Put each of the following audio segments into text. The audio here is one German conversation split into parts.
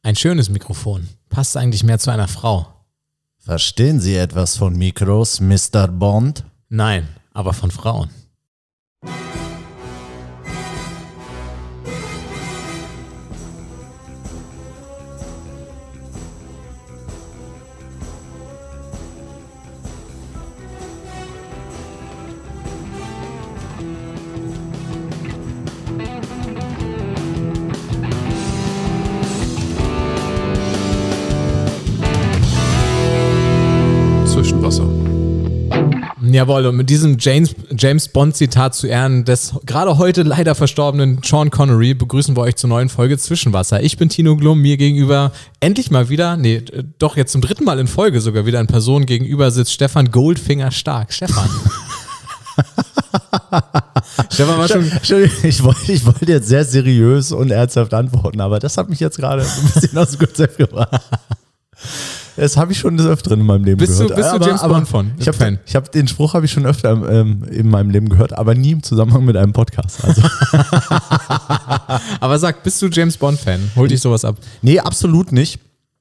Ein schönes Mikrofon. Passt eigentlich mehr zu einer Frau. Verstehen Sie etwas von Mikros, Mr. Bond? Nein, aber von Frauen. Zwischenwasser. Jawohl, und mit diesem James Bond-Zitat zu Ehren des gerade heute leider verstorbenen Sean Connery begrüßen wir euch zur neuen Folge Zwischenwasser. Ich bin Tino Glum, mir gegenüber endlich mal wieder, doch jetzt zum dritten Mal in Folge sogar wieder in Person gegenüber sitzt Stefan Goldfinger Stark. Stefan. Stefan war schon. Ich wollte jetzt sehr seriös und ernsthaft antworten, aber das hat mich jetzt gerade ein bisschen aus dem Konzept gebracht. Das habe ich schon des Öfteren in meinem Leben gehört. Bist du James Bond von? Ich habe den Spruch habe ich schon öfter in meinem Leben gehört, aber nie im Zusammenhang mit einem Podcast. Also. Aber sag, bist du James Bond Fan? Hol dich sowas ab? Nee, absolut nicht.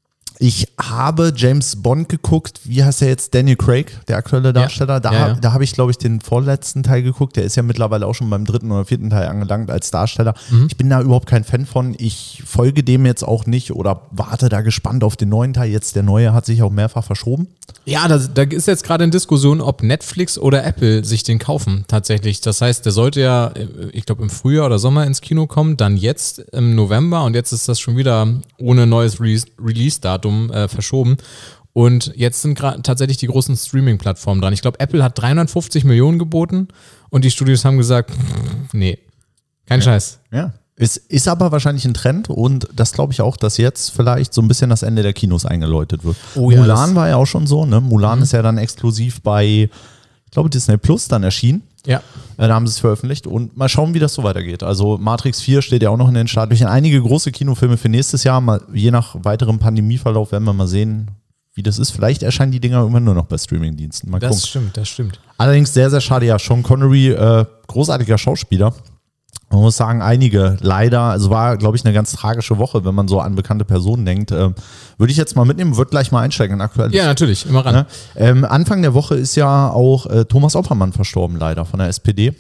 Ich habe James Bond geguckt, wie heißt er jetzt? Daniel Craig, der aktuelle Darsteller. Da habe ich, glaube ich, den vorletzten Teil geguckt. Der ist ja mittlerweile auch schon beim 3. oder 4. Teil angelangt als Darsteller. Ich bin da überhaupt kein Fan von. Ich folge dem jetzt auch nicht oder warte da gespannt auf den neuen Teil. Jetzt der neue hat sich auch mehrfach verschoben. Ja, da ist jetzt gerade in Diskussion, ob Netflix oder Apple sich den kaufen tatsächlich. Das heißt, der sollte ja, ich glaube, im Frühjahr oder Sommer ins Kino kommen, dann jetzt im November und jetzt ist das schon wieder ohne neues Release-Datum verschoben. Und jetzt sind tatsächlich die großen Streaming-Plattformen dran. Ich glaube, Apple hat 350 Millionen geboten und die Studios haben gesagt, nee, kein Scheiß. Ja. Es ist aber wahrscheinlich ein Trend und das glaube ich auch, dass jetzt vielleicht so ein bisschen das Ende der Kinos eingeläutet wird. Oh ja, Mulan war ja auch schon so, ne? Mulan ist ja dann exklusiv bei, ich glaube, Disney Plus dann erschienen. Ja. Da haben sie es veröffentlicht und mal schauen, wie das so weitergeht. Also Matrix 4 steht ja auch noch in den Startlöchern. Einige große Kinofilme für nächstes Jahr, mal, je nach weiterem Pandemieverlauf werden wir mal sehen, wie das ist. Vielleicht erscheinen die Dinger irgendwann nur noch bei Streamingdiensten. Mal gucken. Das stimmt. Allerdings sehr, sehr schade. Ja, Sean Connery, großartiger Schauspieler. Man muss sagen, einige leider, also war, glaube ich, eine ganz tragische Woche, wenn man so an bekannte Personen denkt. Würde ich jetzt mal mitnehmen, würde gleich mal einsteigen in aktuelles. Ja, natürlich, immer ran. Anfang der Woche ist ja auch Thomas Oppermann verstorben, leider, von der SPD.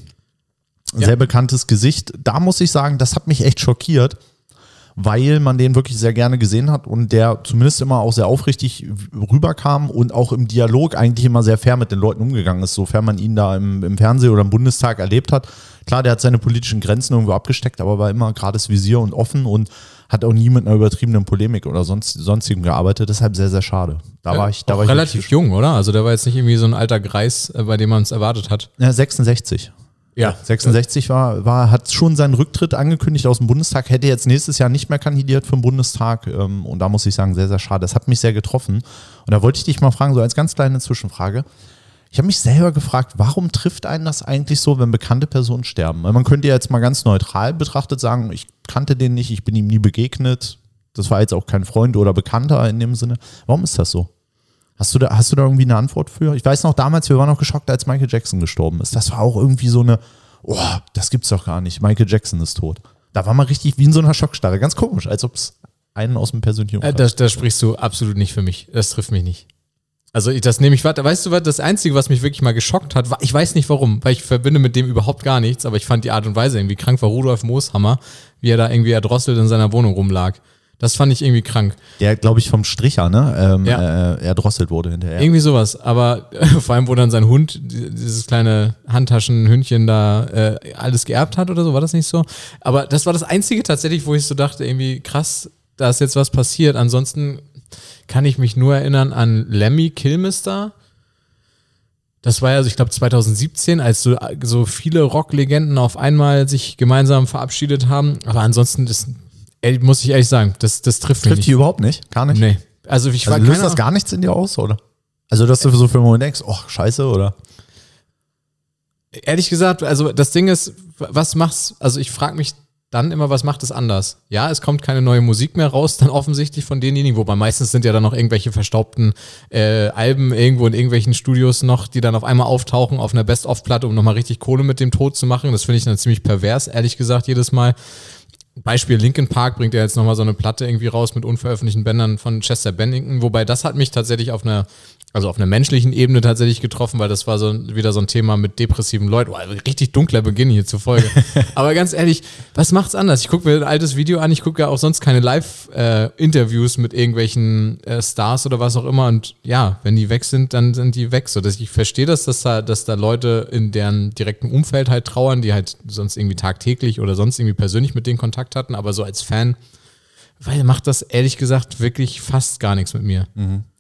Ja. Sehr bekanntes Gesicht. Da muss ich sagen, das hat mich echt schockiert, weil man den wirklich sehr gerne gesehen hat und der zumindest immer auch sehr aufrichtig rüberkam und auch im Dialog eigentlich immer sehr fair mit den Leuten umgegangen ist, sofern man ihn da im Fernsehen oder im Bundestag erlebt hat. Klar, der hat seine politischen Grenzen irgendwo abgesteckt, aber war immer gerades Visier und offen und hat auch nie mit einer übertriebenen Polemik oder sonstigem gearbeitet. Deshalb sehr, sehr schade. Da war ich relativ jung, oder? Also der war jetzt nicht irgendwie so ein alter Greis, bei dem man es erwartet hat. Ja, 66. Ja. 66 hat schon seinen Rücktritt angekündigt aus dem Bundestag, hätte jetzt nächstes Jahr nicht mehr kandidiert für den Bundestag und da muss ich sagen, sehr, sehr schade. Das hat mich sehr getroffen und da wollte ich dich mal fragen, so als ganz kleine Zwischenfrage. Ich habe mich selber gefragt, warum trifft einen das eigentlich so, wenn bekannte Personen sterben? Weil man könnte ja jetzt mal ganz neutral betrachtet sagen, ich kannte den nicht, ich bin ihm nie begegnet, das war jetzt auch kein Freund oder Bekannter in dem Sinne. Warum ist das so? Hast du da irgendwie eine Antwort für? Ich weiß noch damals, wir waren noch geschockt, als Michael Jackson gestorben ist. Das war auch irgendwie so eine, das gibt's doch gar nicht, Michael Jackson ist tot. Da war man richtig wie in so einer Schockstarre, ganz komisch, als ob es einen aus dem persönlichen Umfeld. Da sprichst du absolut nicht für mich, das trifft mich nicht. Also das nehme ich weiter. Weißt du was, das Einzige, was mich wirklich mal geschockt hat, war, ich weiß nicht warum, weil ich verbinde mit dem überhaupt gar nichts, aber ich fand die Art und Weise irgendwie krank, war Rudolf Mooshammer, wie er da irgendwie erdrosselt in seiner Wohnung rumlag. Das fand ich irgendwie krank. Der, glaube ich, vom Stricher, ne? Erdrosselt wurde hinterher. Irgendwie sowas. Aber vor allem, wo dann sein Hund, dieses kleine Handtaschenhündchen da alles geerbt hat oder so, war das nicht so? Aber das war das Einzige tatsächlich, wo ich so dachte, irgendwie krass, da ist jetzt was passiert. Ansonsten kann ich mich nur erinnern an Lemmy Kilmister. Das war ja, also ich glaube 2017, als so viele Rocklegenden auf einmal sich gemeinsam verabschiedet haben. Aber ansonsten, muss ich ehrlich sagen, das trifft mich nicht. Trifft die überhaupt nicht? Gar nicht? Nee. Also löst das gar nichts in dir aus, oder? Also, dass du so für einen Moment denkst, scheiße, oder? Ehrlich gesagt, also das Ding ist, ich frage mich dann immer, was macht es anders? Ja, es kommt keine neue Musik mehr raus, dann offensichtlich von denjenigen, wobei meistens sind ja dann noch irgendwelche verstaubten Alben irgendwo in irgendwelchen Studios noch, die dann auf einmal auftauchen auf einer Best-of-Platte, um nochmal richtig Kohle mit dem Tod zu machen. Das finde ich dann ziemlich pervers, ehrlich gesagt, jedes Mal. Beispiel Linkin Park bringt ja jetzt nochmal so eine Platte irgendwie raus mit unveröffentlichten Bändern von Chester Bennington, wobei das hat mich tatsächlich auf einer menschlichen Ebene tatsächlich getroffen, weil das war wieder so ein Thema mit depressiven Leuten. Oh, richtig dunkler Beginn hier zur Folge. Aber ganz ehrlich, was macht's anders? Ich gucke mir ein altes Video an, ich gucke ja auch sonst keine Live-Interviews mit irgendwelchen Stars oder was auch immer und ja, wenn die weg sind, dann sind die weg. So, dass ich verstehe, dass da Leute in deren direkten Umfeld halt trauern, die halt sonst irgendwie tagtäglich oder sonst irgendwie persönlich mit denen Kontakt hatten, aber so als Fan, weil macht das ehrlich gesagt wirklich fast gar nichts mit mir.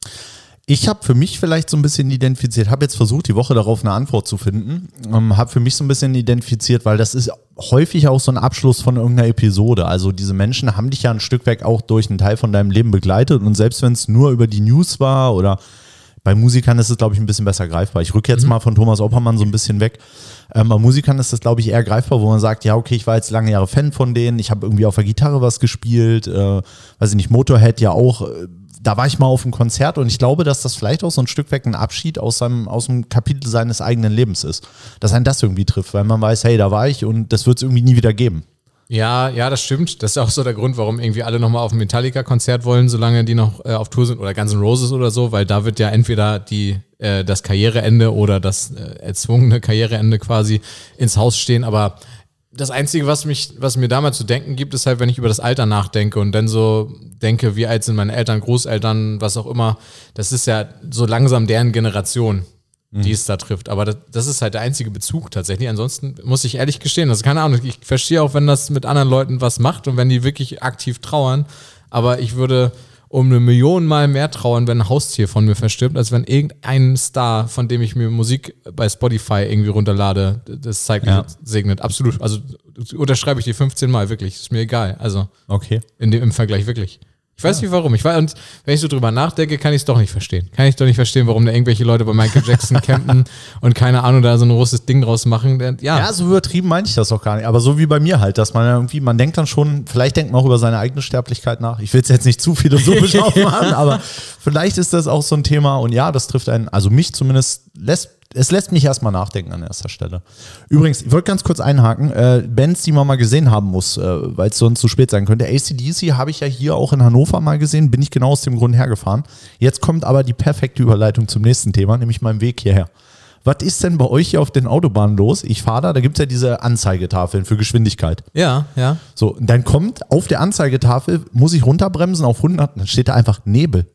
Ich habe für mich vielleicht so ein bisschen identifiziert, habe jetzt versucht, die Woche darauf eine Antwort zu finden, habe für mich so ein bisschen identifiziert, weil das ist häufig auch so ein Abschluss von irgendeiner Episode. Also diese Menschen haben dich ja ein Stück weg auch durch einen Teil von deinem Leben begleitet und selbst wenn es nur über die News war oder bei Musikern ist es, glaube ich, ein bisschen besser greifbar. Ich rücke jetzt mal von Thomas Oppermann so ein bisschen weg. Bei Musikern ist das, glaube ich, eher greifbar, wo man sagt, ja, okay, ich war jetzt lange Jahre Fan von denen, ich habe irgendwie auf der Gitarre was gespielt, weiß ich nicht, Motorhead ja auch, da war ich mal auf einem Konzert und ich glaube, dass das vielleicht auch so ein Stück weg ein Abschied aus dem Kapitel seines eigenen Lebens ist. Dass einen das irgendwie trifft, weil man weiß, hey, da war ich und das wird es irgendwie nie wieder geben. Ja, das stimmt. Das ist auch so der Grund, warum irgendwie alle nochmal auf ein Metallica-Konzert wollen, solange die noch auf Tour sind oder Guns N' Roses oder so, weil da wird ja entweder das Karriereende oder das erzwungene Karriereende quasi ins Haus stehen, aber das Einzige, was mir damals zu denken gibt, ist halt, wenn ich über das Alter nachdenke und dann so denke, wie alt sind meine Eltern, Großeltern, was auch immer. Das ist ja so langsam deren Generation, die es da trifft. Aber das ist halt der einzige Bezug tatsächlich. Ansonsten muss ich ehrlich gestehen, also keine Ahnung, ich verstehe auch, wenn das mit anderen Leuten was macht und wenn die wirklich aktiv trauern. Aber ich würde um 1 Million Mal mehr trauern, wenn ein Haustier von mir verstirbt, als wenn irgendein Star, von dem ich mir Musik bei Spotify irgendwie runterlade, das zeitlich segnet. Absolut. Also unterschreibe ich die 15 Mal, wirklich. Ist mir egal. Also okay. Im Vergleich wirklich. Ich weiß nicht warum. Und wenn ich so drüber nachdenke, kann ich es doch nicht verstehen. Kann ich doch nicht verstehen, warum da irgendwelche Leute bei Michael Jackson campen und keine Ahnung, da so ein großes Ding draus machen. Ja, so übertrieben meine ich das auch gar nicht. Aber so wie bei mir halt, dass man denkt dann schon, vielleicht denkt man auch über seine eigene Sterblichkeit nach. Ich will es jetzt nicht zu philosophisch aufmachen, aber vielleicht ist das auch so ein Thema. Und ja, das trifft einen, also mich zumindest es lässt mich erstmal nachdenken an erster Stelle. Übrigens, ich wollte ganz kurz einhaken, Bands, die man mal gesehen haben muss, weil es sonst zu spät sein könnte. AC/DC habe ich ja hier auch in Hannover mal gesehen, bin ich genau aus dem Grund hergefahren. Jetzt kommt aber die perfekte Überleitung zum nächsten Thema, nämlich meinem Weg hierher. Was ist denn bei euch hier auf den Autobahnen los? Ich fahre da gibt es ja diese Anzeigetafeln für Geschwindigkeit. Ja. So, und dann kommt auf der Anzeigetafel, muss ich runterbremsen auf 100, dann steht da einfach Nebel.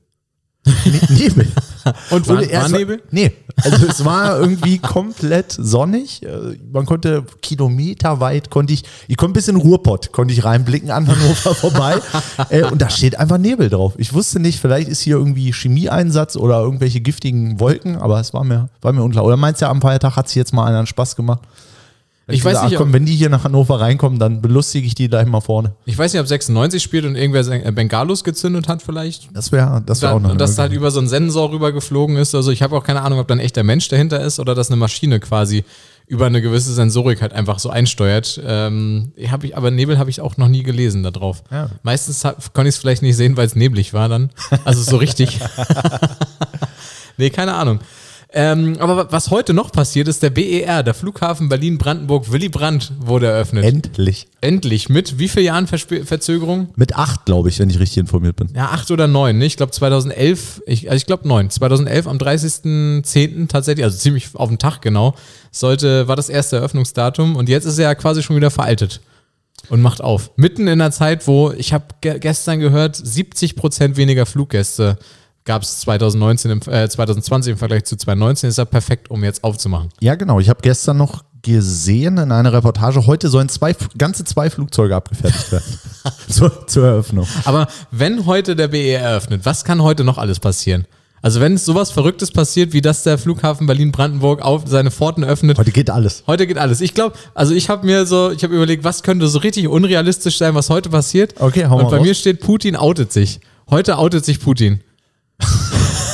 Nebel. Und war Nebel? Nee, also es war irgendwie komplett sonnig. Man konnte kilometerweit, ich konnte ein bisschen Ruhrpott, konnte ich reinblicken an Hannover vorbei. Und da steht einfach Nebel drauf. Ich wusste nicht, vielleicht ist hier irgendwie Chemieeinsatz oder irgendwelche giftigen Wolken, aber es war mir unklar. Oder meinst du, am Feiertag hat es jetzt mal einen Spaß gemacht? Ich weiß nicht, wenn die hier nach Hannover reinkommen, dann belustige ich die gleich mal vorne. Ich weiß nicht, ob 96 spielt und irgendwer Bengalos gezündet hat vielleicht. Das wäre auch noch. Und dass halt über so einen Sensor rübergeflogen ist. Also ich habe auch keine Ahnung, ob da ein echter Mensch dahinter ist oder dass eine Maschine quasi über eine gewisse Sensorik halt einfach so einsteuert. Aber Nebel habe ich auch noch nie gelesen da drauf. Ja. Meistens konnte ich es vielleicht nicht sehen, weil es neblig war dann. Also so richtig. Nee, keine Ahnung. Aber was heute noch passiert ist, der BER, der Flughafen Berlin-Brandenburg Willy Brandt wurde eröffnet. Endlich. Mit wie vielen Jahren Verzögerung? Mit 8, glaube ich, wenn ich richtig informiert bin. Ja, 8 oder 9, ne? Ich glaube 2011, ich glaube 9. 2011 am 30.10. tatsächlich, also ziemlich auf den Tag genau, war das erste Eröffnungsdatum und jetzt ist er ja quasi schon wieder veraltet und macht auf. Mitten in der Zeit, wo, ich habe gestern gehört, 70% weniger Fluggäste gab es 2020 im Vergleich zu 2019, ist er perfekt, um jetzt aufzumachen. Ja, genau. Ich habe gestern noch gesehen in einer Reportage, heute sollen ganze 2 Flugzeuge abgefertigt werden. zur Eröffnung. Aber wenn heute der BER eröffnet, was kann heute noch alles passieren? Also wenn sowas Verrücktes passiert, wie dass der Flughafen Berlin-Brandenburg auf seine Pforten öffnet. Heute geht alles. Ich glaube, also ich habe überlegt, was könnte so richtig unrealistisch sein, was heute passiert. Okay, hau mal Und bei mir steht, Putin outet sich. Heute outet sich Putin.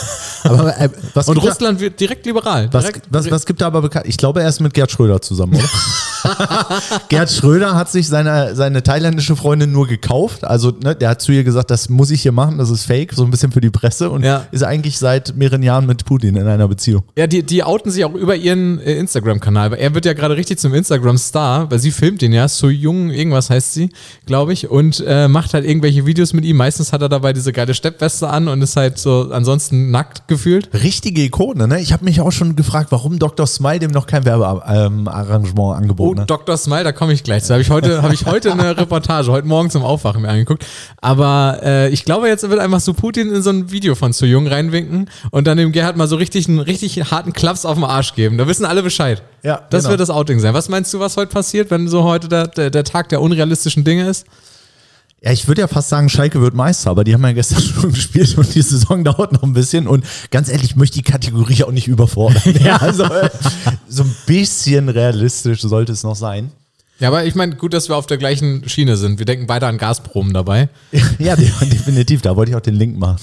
Aber was Und gibt Russland wird direkt liberal. was gibt da aber bekannt? Ich glaube, er ist mit Gerd Schröder zusammen, oder? Gerd Schröder hat sich seine thailändische Freundin nur gekauft. Also, ne, der hat zu ihr gesagt, das muss ich hier machen, das ist fake, so ein bisschen für die Presse und ist eigentlich seit mehreren Jahren mit Putin in einer Beziehung. Ja, die outen sich auch über ihren Instagram-Kanal, weil er wird ja gerade richtig zum Instagram-Star, weil sie filmt ihn ja, So Jung, irgendwas heißt sie, glaube ich, und macht halt irgendwelche Videos mit ihm. Meistens hat er dabei diese geile Steppweste an und ist halt so ansonsten nackt gefühlt. Richtige Ikone, ne? Ich habe mich auch schon gefragt, warum Dr. Smile dem noch kein Werbearrangement angeboten hat. Dr. Smile, da komme ich gleich zu. Habe ich heute eine Reportage, heute Morgen zum Aufwachen mir angeguckt. Aber ich glaube, jetzt wird einfach so Putin in so ein Video von So Jung reinwinken und dann dem Gerhard mal so einen richtig harten Klaps auf den Arsch geben. Da wissen alle Bescheid. Ja, das genau. wird das Outing sein. Was meinst du, was heute passiert, wenn so heute der Tag der unrealistischen Dinge ist? Ja, ich würde ja fast sagen, Schalke wird Meister, aber die haben ja gestern schon gespielt und die Saison dauert noch ein bisschen und ganz ehrlich, ich möchte die Kategorie auch nicht überfordern. Ja, also so ein bisschen realistisch sollte es noch sein. Ja, aber ich meine, gut, dass wir auf der gleichen Schiene sind. Wir denken beide an Gazprom dabei. Ja, definitiv. Da wollte ich auch den Link machen.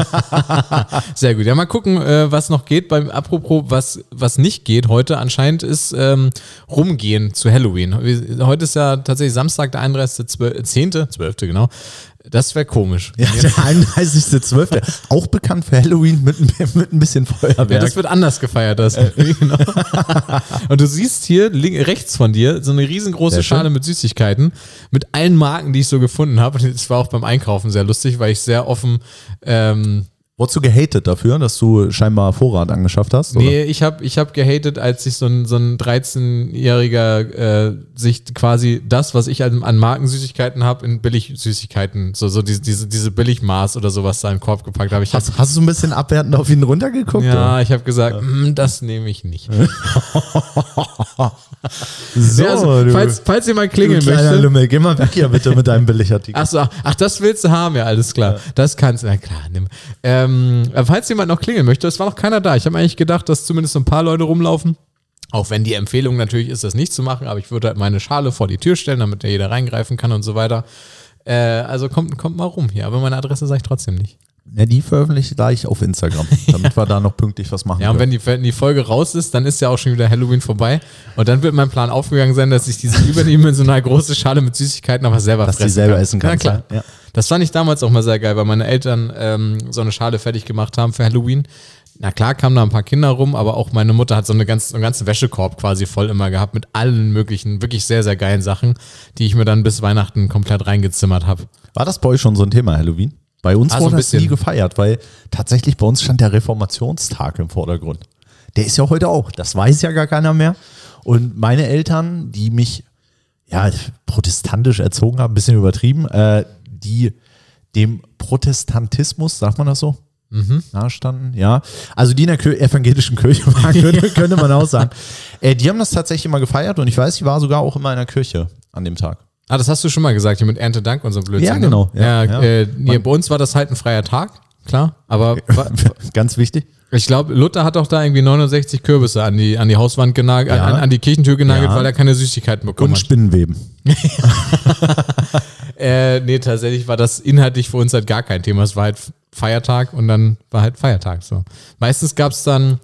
Sehr gut. Ja, mal gucken, was noch geht. Apropos, was nicht geht heute anscheinend ist rumgehen zu Halloween. Heute ist ja tatsächlich Samstag, der 12. genau. Das wäre komisch. Ja, der 31.12. Auch bekannt für Halloween mit ein bisschen Feuerwerk. Ja, das wird anders gefeiert. Genau. Und du siehst hier rechts von dir so eine riesengroße Schale mit Süßigkeiten, mit allen Marken, die ich so gefunden habe. Und das war auch beim Einkaufen sehr lustig, weil ich sehr offen... Wurdest du gehatet dafür, dass du scheinbar Vorrat angeschafft hast? Nee, ich hab gehatet, als sich so ein 13-Jähriger sich quasi das, was ich an Markensüßigkeiten habe, in Billigsüßigkeiten, so diese Billigmaß oder sowas da in den Korb gepackt habe. Hast du so ein bisschen abwertend auf ihn runtergeguckt? Ja, oder? Ich habe gesagt, das nehme ich nicht. So, ja, also, falls jemand klingeln möchte. Lümmel, geh mal weg hier bitte mit deinem Billigartikel. Ach, das willst du haben, ja, alles klar. Ja. Das kannst du, na klar, nimm. Falls jemand noch klingeln möchte, es war noch keiner da. Ich habe eigentlich gedacht, dass zumindest so ein paar Leute rumlaufen. Auch wenn die Empfehlung natürlich ist, das nicht zu machen, aber ich würde halt meine Schale vor die Tür stellen, damit da jeder reingreifen kann und so weiter. Also kommt mal rum hier, aber meine Adresse sage ich trotzdem nicht. Ja, die veröffentliche ich gleich auf Instagram, damit wir da noch pünktlich was machen können. Ja, und wenn die Folge raus ist, dann ist ja auch schon wieder Halloween vorbei. Und dann wird mein Plan aufgegangen sein, dass ich diese überdimensional große Schale mit Süßigkeiten aber selber fressen kann. Dass die selber essen kann. Ja, klar. Ja. Das fand ich damals auch mal sehr geil, weil meine Eltern so eine Schale fertig gemacht haben für Halloween. Na klar, kamen da ein paar Kinder rum, aber auch meine Mutter hat so einen ganzen Wäschekorb quasi voll immer gehabt mit allen möglichen, wirklich sehr, sehr geilen Sachen, die ich mir dann bis Weihnachten komplett reingezimmert habe. War das bei euch schon so ein Thema, Halloween? Bei uns wurde das nie gefeiert, weil tatsächlich bei uns stand der Reformationstag im Vordergrund. Der ist ja heute auch, das weiß ja gar keiner mehr. Und meine Eltern, die mich protestantisch erzogen haben, ein bisschen übertrieben, die dem Protestantismus, sagt man das so? Nahestanden, ja. Also die in der evangelischen Kirche waren, könnte man auch sagen. Die haben das tatsächlich immer gefeiert und ich weiß, ich war sogar auch immer in der Kirche an dem Tag. Ah, das hast du schon mal gesagt, hier mit Erntedank und so Blödsinn. Ja, genau. Bei uns war das halt ein freier Tag, klar, aber ganz wichtig. Ich glaube, Luther hat auch da irgendwie 69 Kürbisse an die Hauswand genagelt, an die Kirchentür genagelt, weil er keine Süßigkeiten bekommen hat. Und Spinnenweben. Nee, tatsächlich war das inhaltlich für uns halt gar kein Thema. Es war halt Feiertag und dann war halt Feiertag. So. Meistens gab es dann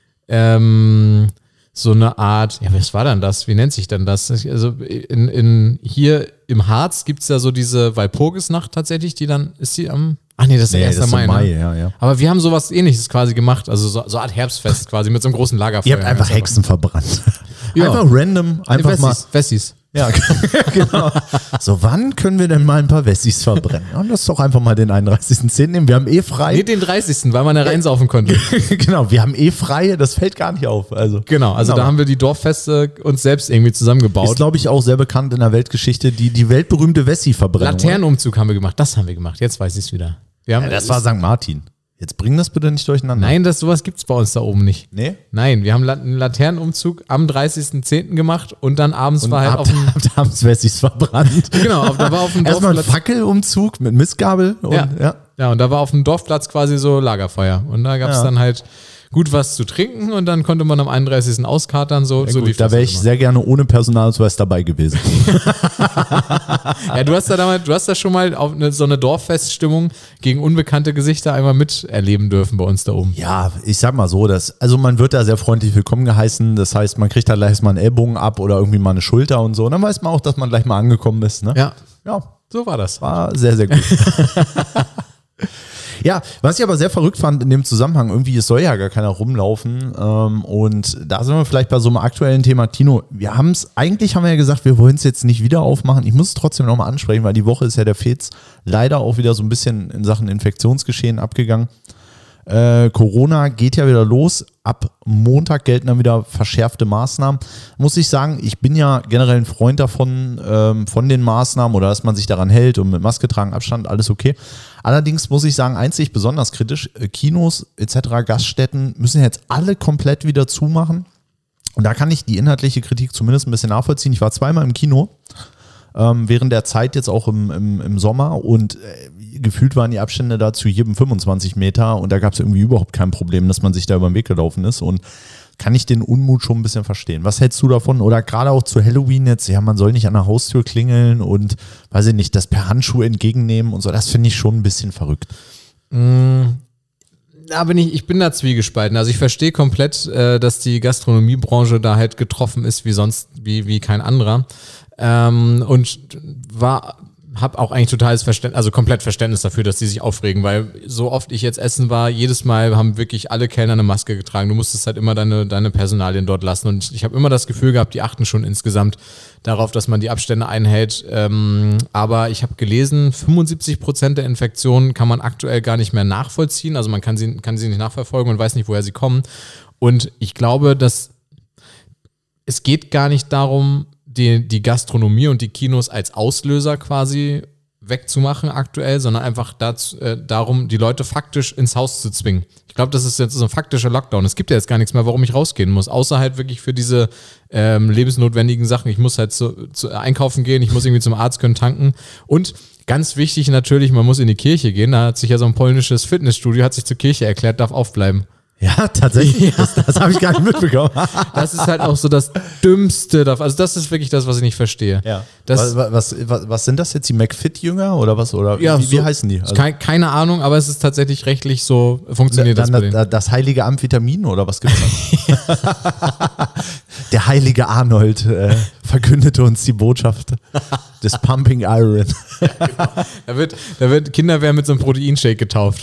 so eine Art, ja, was war dann das? Wie nennt sich denn das? Also hier im Harz gibt es ja so diese Walpurgisnacht tatsächlich, die dann, ist die am, das ist der 1. Mai, Mai, ne? ja. Aber wir haben sowas Ähnliches quasi gemacht, also so eine Art Herbstfest quasi mit so einem großen Lagerfeuer. Ihr habt einfach Hexen verbrannt. Ja. Einfach random, Wessis. Ja, genau. So, wann können wir denn mal ein paar Wessis verbrennen? Ja, lass doch einfach mal den 31.10. nehmen. Wir haben frei. Nee, den 30., weil man da reinsaufen konnte. Genau, wir haben frei. Das fällt gar nicht auf. Genau, da haben wir die Dorffeste uns selbst irgendwie zusammengebaut. Ist, glaube ich, auch sehr bekannt in der Weltgeschichte. Die weltberühmte Wessi-Verbrennung. Laternenumzug haben wir gemacht. Das haben wir gemacht. Jetzt weiß ich es wieder. Das war St. Martin. Jetzt bring das bitte nicht durcheinander. Nein, sowas gibt es bei uns da oben nicht. Nee? Nein, wir haben einen Laternenumzug am 30.10. gemacht und dann abends und war halt habt abends Wessis verbrannt. Genau, da war auf dem Dorfplatz. Erstmal ein Fackelumzug mit Mistgabel. Und da war auf dem Dorfplatz quasi so Lagerfeuer. Und da gab es dann halt gut was zu trinken und dann konnte man am 31. auskatern. So Gut, da wäre ich sehr gerne ohne Personalausweis dabei gewesen. Ja, du hast da schon mal auf so eine Dorffeststimmung gegen unbekannte Gesichter einmal miterleben dürfen bei uns da oben. Ja, ich sag mal so, also man wird da sehr freundlich willkommen geheißen. Das heißt, man kriegt da gleich mal einen Ellbogen ab oder irgendwie mal eine Schulter und so. Und dann weiß man auch, dass man gleich mal angekommen ist. Ne? Ja, so war das. War sehr, sehr gut. Ja, was ich aber sehr verrückt fand in dem Zusammenhang, irgendwie, es soll ja gar keiner rumlaufen. Und da sind wir vielleicht bei so einem aktuellen Thema. Tino, eigentlich haben wir ja gesagt, wir wollen es jetzt nicht wieder aufmachen. Ich muss es trotzdem nochmal ansprechen, weil die Woche ist ja der Fez leider auch wieder so ein bisschen in Sachen Infektionsgeschehen abgegangen. Corona geht ja wieder los. Ab Montag gelten dann wieder verschärfte Maßnahmen. Muss ich sagen, ich bin ja generell ein Freund davon, von den Maßnahmen oder dass man sich daran hält und mit Maske tragen, Abstand, alles okay. Allerdings muss ich sagen, einzig besonders kritisch, Kinos etc., Gaststätten müssen jetzt alle komplett wieder zumachen. Und da kann ich die inhaltliche Kritik zumindest ein bisschen nachvollziehen. Ich war zweimal im Kino, während der Zeit jetzt auch im Sommer und gefühlt waren die Abstände da zu jedem 25 Meter und da gab es irgendwie überhaupt kein Problem, dass man sich da über den Weg gelaufen ist und kann ich den Unmut schon ein bisschen verstehen. Was hältst du davon? Oder gerade auch zu Halloween jetzt, ja, man soll nicht an der Haustür klingeln und, weiß ich nicht, das per Handschuh entgegennehmen und so, das finde ich schon ein bisschen verrückt. Ich bin da zwiegespalten. Also ich verstehe komplett, dass die Gastronomiebranche da halt getroffen ist wie kein anderer. Und habe auch eigentlich totales Verständnis, also komplett Verständnis dafür, dass die sich aufregen, weil so oft ich jetzt essen war, jedes Mal haben wirklich alle Kellner eine Maske getragen. Du musstest halt immer deine Personalien dort lassen und ich habe immer das Gefühl gehabt, die achten schon insgesamt darauf, dass man die Abstände einhält. Aber ich habe gelesen, 75% der Infektionen kann man aktuell gar nicht mehr nachvollziehen, also man kann sie nicht nachverfolgen und weiß nicht, woher sie kommen. Und ich glaube, dass es geht gar nicht darum, die Gastronomie und die Kinos als Auslöser quasi wegzumachen aktuell, sondern einfach darum, die Leute faktisch ins Haus zu zwingen. Ich glaube, das ist jetzt so ein faktischer Lockdown. Es gibt ja jetzt gar nichts mehr, warum ich rausgehen muss, außer halt wirklich für diese lebensnotwendigen Sachen. Ich muss halt zu einkaufen gehen, ich muss irgendwie zum Arzt können tanken und ganz wichtig natürlich, man muss in die Kirche gehen. Da hat sich ja so ein polnisches Fitnessstudio, hat sich zur Kirche erklärt, darf aufbleiben. Ja, tatsächlich. Ja. Das habe ich gar nicht mitbekommen. Das ist halt auch so das Dümmste. Also das ist wirklich das, was ich nicht verstehe. Ja. Was sind das jetzt, die McFit-Jünger oder was? Oder ja, wie heißen die? Also keine Ahnung, aber es ist tatsächlich rechtlich so, funktioniert das bei denen. Das heilige Amphetamin oder was gibt's da? Der heilige Arnold verkündete uns die Botschaft des Pumping Iron. Ja, genau. Da wird Kinderwehr mit so einem Proteinshake getauft.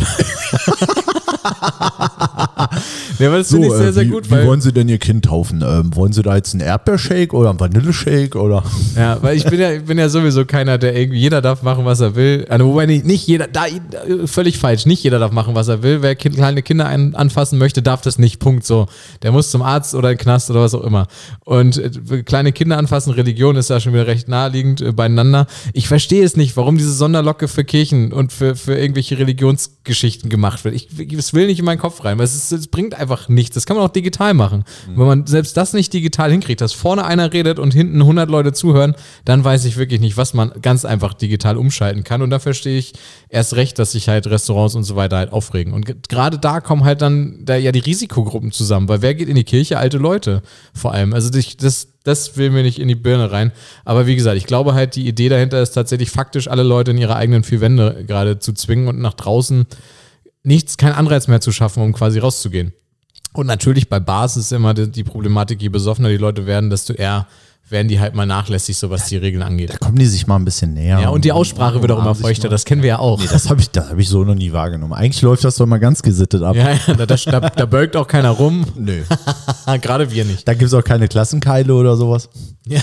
Ja, aber das finde ich sehr, sehr gut. Wie wollen Sie denn Ihr Kind taufen? Wollen Sie da jetzt einen Erdbeershake oder einen Vanilleshake? Oder? Ja, weil ich bin ja sowieso keiner, der irgendwie, jeder darf machen, was er will. Also, wobei nicht jeder, völlig falsch, nicht jeder darf machen, was er will. Wer kleine Kinder anfassen möchte, darf das nicht, Punkt, so. Der muss zum Arzt oder in den Knast oder was auch immer. Und kleine Kinder anfassen, Religion ist da schon wieder recht naheliegend beieinander. Ich verstehe es nicht, warum diese Sonderlocke für Kirchen und für irgendwelche Religionsgeschichten gemacht wird. Es will nicht in meinen Kopf rein, weil es bringt einfach nichts. Das kann man auch digital machen. Wenn man selbst das nicht digital hinkriegt, dass vorne einer redet und hinten 100 Leute zuhören, dann weiß ich wirklich nicht, was man ganz einfach digital umschalten kann. Und da verstehe ich erst recht, dass sich halt Restaurants und so weiter halt aufregen. Und gerade da kommen halt dann die Risikogruppen zusammen, weil wer geht in die Kirche? Alte Leute vor allem. Also das will mir nicht in die Birne rein. Aber wie gesagt, ich glaube halt, die Idee dahinter ist tatsächlich faktisch alle Leute in ihre eigenen vier Wände gerade zu zwingen und nach draußen kein Anreiz mehr zu schaffen, um quasi rauszugehen. Und natürlich bei Bars ist immer die Problematik, je besoffener die Leute werden, desto eher werden die halt mal nachlässig, so was die Regeln angeht. Da kommen die sich mal ein bisschen näher. Ja, und die Aussprache wird auch immer feuchter, das kennen wir ja auch. Nee, das hab ich so noch nie wahrgenommen. Eigentlich läuft das doch mal ganz gesittet ab. Ja, da bölkt auch keiner rum. Nö. Gerade wir nicht. Da gibt es auch keine Klassenkeile oder sowas. Ja.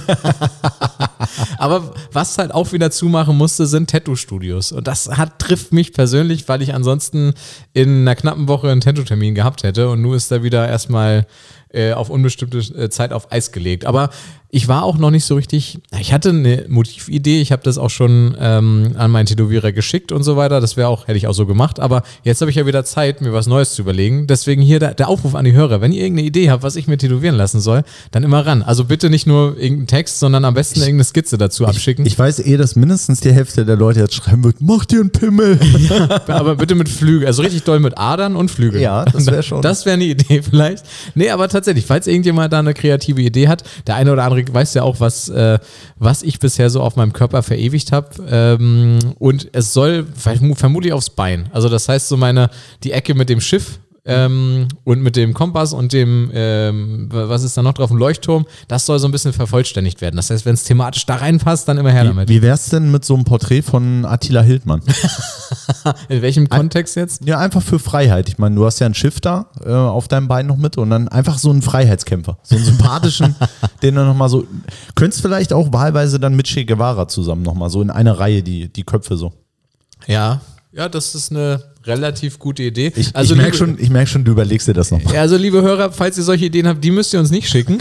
Aber was halt auch wieder zumachen musste, sind Tattoo-Studios. Und das trifft mich persönlich, weil ich ansonsten in einer knappen Woche einen Tattoo-Termin gehabt hätte. Und nun ist da wieder erstmal auf unbestimmte Zeit auf Eis gelegt. Aber ich war auch noch nicht so richtig, ich hatte eine Motividee, ich habe das auch schon an meinen Tätowierer geschickt und so weiter, das hätte ich auch so gemacht, aber jetzt habe ich ja wieder Zeit, mir was Neues zu überlegen, deswegen hier der Aufruf an die Hörer, wenn ihr irgendeine Idee habt, was ich mir tätowieren lassen soll, dann immer ran, also bitte nicht nur irgendeinen Text, sondern am besten irgendeine Skizze dazu abschicken. Ich weiß dass mindestens die Hälfte der Leute jetzt schreiben wird, mach dir einen Pimmel. Ja, aber bitte mit Flügeln, also richtig doll mit Adern und Flügeln. Ja, das wäre schon. Das wäre eine Idee vielleicht. Nee, aber tatsächlich, falls irgendjemand da eine kreative Idee hat, der eine oder andere weiß ja auch, was ich bisher so auf meinem Körper verewigt habe. Und es soll vermutlich aufs Bein. Also das heißt so die Ecke mit dem Schiff und mit dem Kompass und dem, was ist da noch drauf, ein Leuchtturm, das soll so ein bisschen vervollständigt werden. Das heißt, wenn es thematisch da reinpasst, dann immer her damit. Wie wär's denn mit so einem Porträt von Attila Hildmann? In welchem Kontext jetzt? Ja, einfach für Freiheit. Ich meine, du hast ja ein Schiff da auf deinem Bein noch mit und dann einfach so einen Freiheitskämpfer, so einen sympathischen, den du nochmal so, könntest vielleicht auch wahlweise dann mit Che Guevara zusammen nochmal so in einer Reihe die Köpfe so. Ja, das ist eine relativ gute Idee. Ich merke schon, du überlegst dir das nochmal. Also liebe Hörer, falls ihr solche Ideen habt, die müsst ihr uns nicht schicken.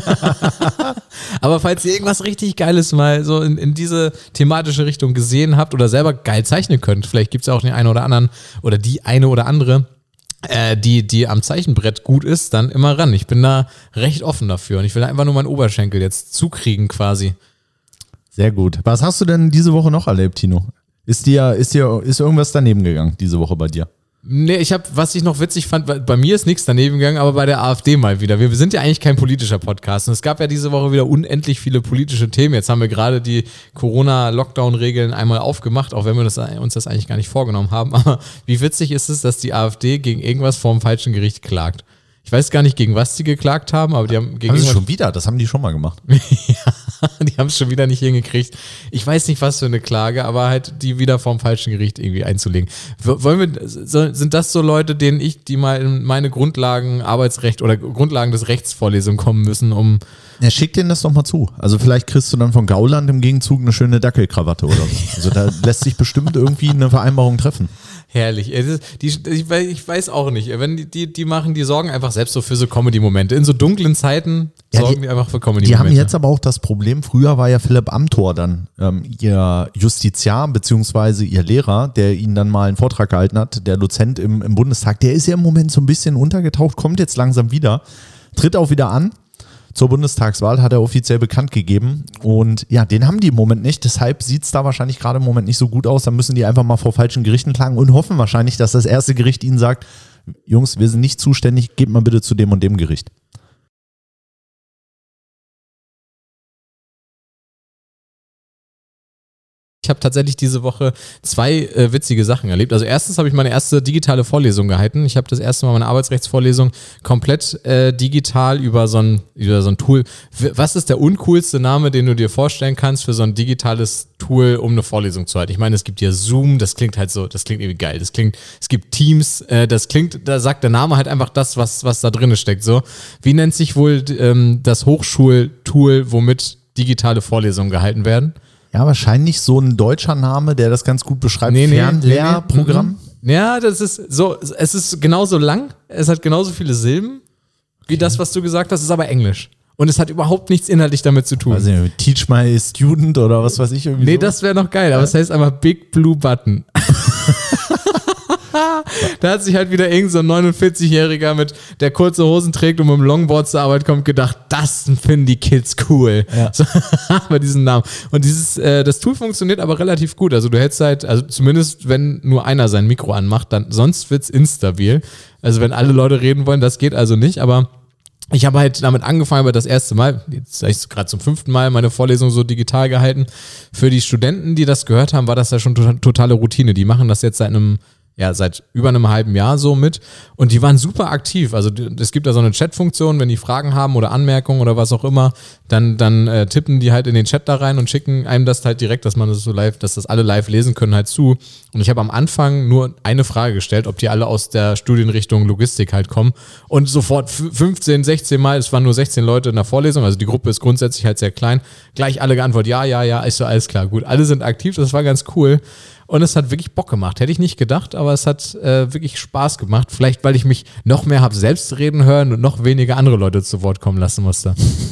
Aber falls ihr irgendwas richtig Geiles mal so in diese thematische Richtung gesehen habt oder selber geil zeichnen könnt, vielleicht gibt es ja auch den einen oder anderen oder die eine oder andere, die am Zeichenbrett gut ist, dann immer ran. Ich bin da recht offen dafür und ich will einfach nur meinen Oberschenkel jetzt zukriegen quasi. Sehr gut. Was hast du denn diese Woche noch erlebt, Tino? Ist irgendwas daneben gegangen diese Woche bei dir? Nee, was ich noch witzig fand, bei mir ist nichts daneben gegangen, aber bei der AfD mal wieder. Wir sind ja eigentlich kein politischer Podcast und es gab ja diese Woche wieder unendlich viele politische Themen. Jetzt haben wir gerade die Corona-Lockdown-Regeln einmal aufgemacht, auch wenn wir uns das eigentlich gar nicht vorgenommen haben. Aber wie witzig ist es, dass die AfD gegen irgendwas vor dem falschen Gericht klagt? Ich weiß gar nicht, gegen was die geklagt haben, aber die haben gegen. Haben sie schon wieder? Das haben die schon mal gemacht. Ja, die haben es schon wieder nicht hingekriegt. Ich weiß nicht, was für eine Klage, aber halt die wieder vom falschen Gericht irgendwie einzulegen. Sind das so Leute, die mal in meine Grundlagen Arbeitsrecht oder Grundlagen des Rechts Vorlesung kommen müssen, um. Ja, schick denen das doch mal zu. Also vielleicht kriegst du dann von Gauland im Gegenzug eine schöne Dackelkrawatte oder so. Also da lässt sich bestimmt irgendwie eine Vereinbarung treffen. Herrlich. Ich weiß auch nicht. Wenn die sorgen einfach selbst so für so Comedy-Momente. In so dunklen Zeiten sorgen die einfach für Comedy-Momente. Die haben jetzt aber auch das Problem, früher war ja Philipp Amthor dann ihr Justiziar beziehungsweise ihr Lehrer, der ihnen dann mal einen Vortrag gehalten hat, der Dozent im Bundestag, der ist ja im Moment so ein bisschen untergetaucht, kommt jetzt langsam wieder, tritt auch wieder an. Zur Bundestagswahl hat er offiziell bekannt gegeben und ja, den haben die im Moment nicht, deshalb sieht es da wahrscheinlich gerade im Moment nicht so gut aus, dann müssen die einfach mal vor falschen Gerichten klagen und hoffen wahrscheinlich, dass das erste Gericht ihnen sagt, Jungs, wir sind nicht zuständig, geht mal bitte zu dem und dem Gericht. Ich habe tatsächlich diese Woche 2 witzige Sachen erlebt. Also erstens habe ich meine erste digitale Vorlesung gehalten. Ich habe das erste Mal meine Arbeitsrechtsvorlesung komplett digital über so ein Tool. Was ist der uncoolste Name, den du dir vorstellen kannst für so ein digitales Tool, um eine Vorlesung zu halten? Ich meine, es gibt ja Zoom, das klingt irgendwie geil. Es gibt Teams, da sagt der Name halt einfach das, was da drin steckt. So. Wie nennt sich wohl das Hochschultool, womit digitale Vorlesungen gehalten werden? Ja, wahrscheinlich so ein deutscher Name, der das ganz gut beschreibt. Fernlehrprogramm. Ja, das ist so, es ist genauso lang, es hat genauso viele Silben wie das, was du gesagt hast, ist aber Englisch. Und es hat überhaupt nichts inhaltlich damit zu tun. Also Teach My Student oder was weiß ich irgendwie. Nee, so. Das wäre noch geil, aber es heißt einfach Big Blue Button. Da hat sich halt wieder irgend so ein 49-Jähriger der kurze Hosen trägt und mit dem Longboard zur Arbeit kommt, gedacht, das finden die Kids cool. Ja. So, bei diesem Namen. Und das Tool funktioniert aber relativ gut. Also du hättest halt, also zumindest wenn nur einer sein Mikro anmacht, dann sonst wird's instabil. Also wenn alle Leute reden wollen, das geht also nicht, aber ich habe halt damit angefangen, aber das erste Mal, jetzt habe ich gerade zum 5. Mal meine Vorlesung so digital gehalten. Für die Studenten, die das gehört haben, war das ja schon totale Routine. Die machen das jetzt seit über einem halben Jahr so mit und die waren super aktiv. Also es gibt da so eine Chat-Funktion, wenn die Fragen haben oder Anmerkungen oder was auch immer, dann tippen die halt in den Chat da rein und schicken einem das halt direkt, dass man das so live, dass das alle live lesen können halt zu. Und ich habe am Anfang nur eine Frage gestellt, ob die alle aus der Studienrichtung Logistik halt kommen und sofort 15, 16 Mal, es waren nur 16 Leute in der Vorlesung, also die Gruppe ist grundsätzlich halt sehr klein, gleich alle geantwortet, ja, ist so alles klar, gut, alle sind aktiv, das war ganz cool. Und es hat wirklich Bock gemacht. Hätte ich nicht gedacht, aber es hat wirklich Spaß gemacht. Vielleicht, weil ich mich noch mehr habe selbst reden hören und noch weniger andere Leute zu Wort kommen lassen musste.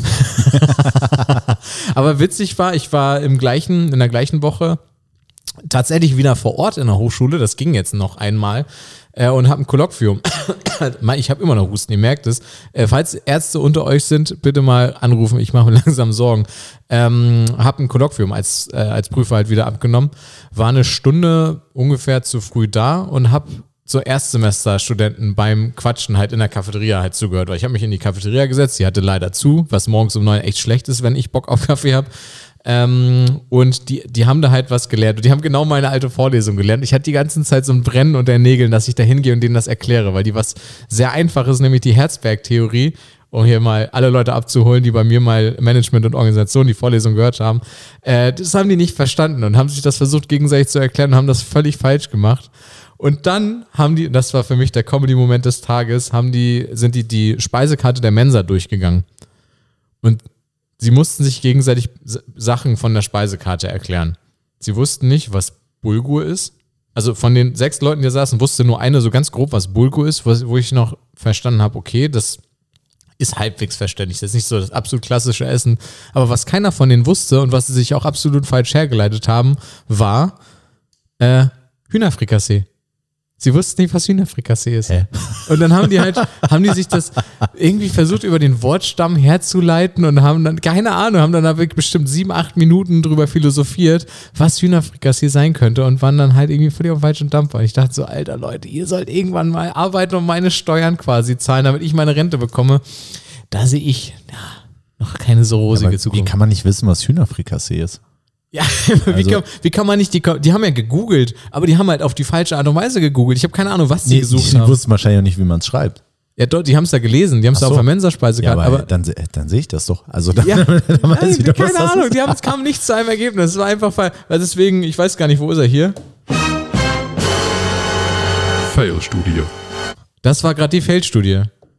Aber witzig war, ich war in der gleichen Woche tatsächlich wieder vor Ort in der Hochschule. Das ging jetzt noch einmal. Und habe ein Kolloquium. Ich habe immer noch Husten, ihr merkt es. Falls Ärzte unter euch sind, bitte mal anrufen, ich mache mir langsam Sorgen. Habe ein Kolloquium als Prüfer halt wieder abgenommen. War eine Stunde ungefähr zu früh da und habe so Erstsemesterstudenten beim Quatschen halt in der Cafeteria halt zugehört. Weil ich habe mich in die Cafeteria gesetzt, die hatte leider zu, was morgens um 9 echt schlecht ist, wenn ich Bock auf Kaffee habe. Und die haben da halt was gelernt und die haben genau meine alte Vorlesung gelernt. Ich hatte die ganze Zeit so ein Brennen unter den Nägeln, dass ich da hingehe und denen das erkläre, weil die was sehr Einfaches, nämlich die Herzberg-Theorie, um hier mal alle Leute abzuholen, die bei mir mal Management und Organisation die Vorlesung gehört haben, das haben die nicht verstanden und haben sich das versucht gegenseitig zu erklären und haben das völlig falsch gemacht. Und dann haben die, das war für mich der Comedy-Moment des Tages, sind die Speisekarte der Mensa durchgegangen. Und sie mussten sich gegenseitig Sachen von der Speisekarte erklären. Sie wussten nicht, was Bulgur ist. Also von den 6 Leuten, die da saßen, wusste nur eine so ganz grob, was Bulgur ist, wo ich noch verstanden habe, okay, das ist halbwegs verständlich. Das ist nicht so das absolut klassische Essen. Aber was keiner von denen wusste und was sie sich auch absolut falsch hergeleitet haben, war Hühnerfrikassee. Sie wussten nicht, was Hühnerfrikassee ist. Und dann haben die sich das irgendwie versucht, über den Wortstamm herzuleiten und haben dann, keine Ahnung, haben dann da wirklich bestimmt 7-8 Minuten drüber philosophiert, was Hühnerfrikassee sein könnte und waren dann halt irgendwie völlig auf falschen Dampfer. Und ich dachte so, alter Leute, ihr sollt irgendwann mal arbeiten und meine Steuern quasi zahlen, damit ich meine Rente bekomme. Da sehe ich noch keine so rosige Zukunft. Wie kann man nicht wissen, was Hühnerfrikassee ist? Ja, wie kann man nicht, die haben ja gegoogelt, aber die haben halt auf die falsche Art und Weise gegoogelt. Ich habe keine Ahnung, was die gesucht haben. Die wussten wahrscheinlich auch nicht, wie man es schreibt. Ja, doch, die haben es ja gelesen, die haben es auf der Mensa-Speisekarte. Ja, aber dann sehe ich das doch. Also dann, dann weiß ich doch, keine Ahnung, es kam nicht zu einem Ergebnis. Es war einfach, weil deswegen, ich weiß gar nicht, wo ist er hier? Fail-Studie. Das war gerade die Fail-Studie.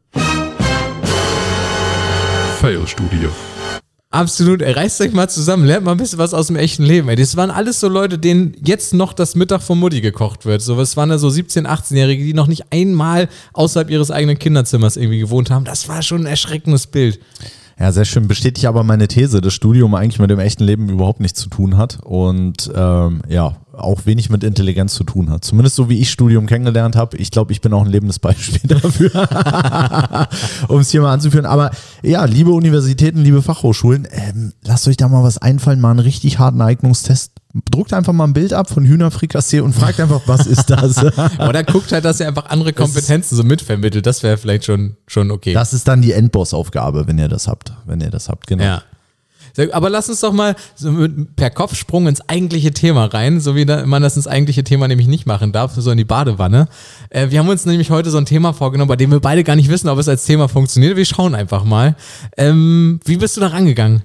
Fail-Studie. Absolut, reißt euch mal zusammen, lernt mal ein bisschen was aus dem echten Leben. Ey. Das waren alles so Leute, denen jetzt noch das Mittag von Mutti gekocht wird. So, es waren ja so 17-, 18-Jährige, die noch nicht einmal außerhalb ihres eigenen Kinderzimmers irgendwie gewohnt haben. Das war schon ein erschreckendes Bild. Ja, sehr schön. Bestätigt aber meine These, dass Studium eigentlich mit dem echten Leben überhaupt nichts zu tun hat und auch wenig mit Intelligenz zu tun hat. Zumindest so, wie ich Studium kennengelernt habe. Ich glaube, ich bin auch ein lebendes Beispiel dafür, um es hier mal anzuführen. Aber ja, liebe Universitäten, liebe Fachhochschulen, lasst euch da mal was einfallen, mal einen richtig harten Eignungstest. Druckt einfach mal ein Bild ab von Hühnerfrikassee und fragt einfach, was ist das? Oder guckt halt, dass ihr einfach andere Kompetenzen so mitvermittelt. Das wäre vielleicht schon okay. Das ist dann die Endboss-Aufgabe, wenn ihr das habt. Genau. Ja. Aber lass uns doch mal so per Kopfsprung ins eigentliche Thema rein, so wie man das ins eigentliche Thema nämlich nicht machen darf, so in die Badewanne. Wir haben uns nämlich heute so ein Thema vorgenommen, bei dem wir beide gar nicht wissen, ob es als Thema funktioniert. Wir schauen einfach mal. Wie bist du da rangegangen?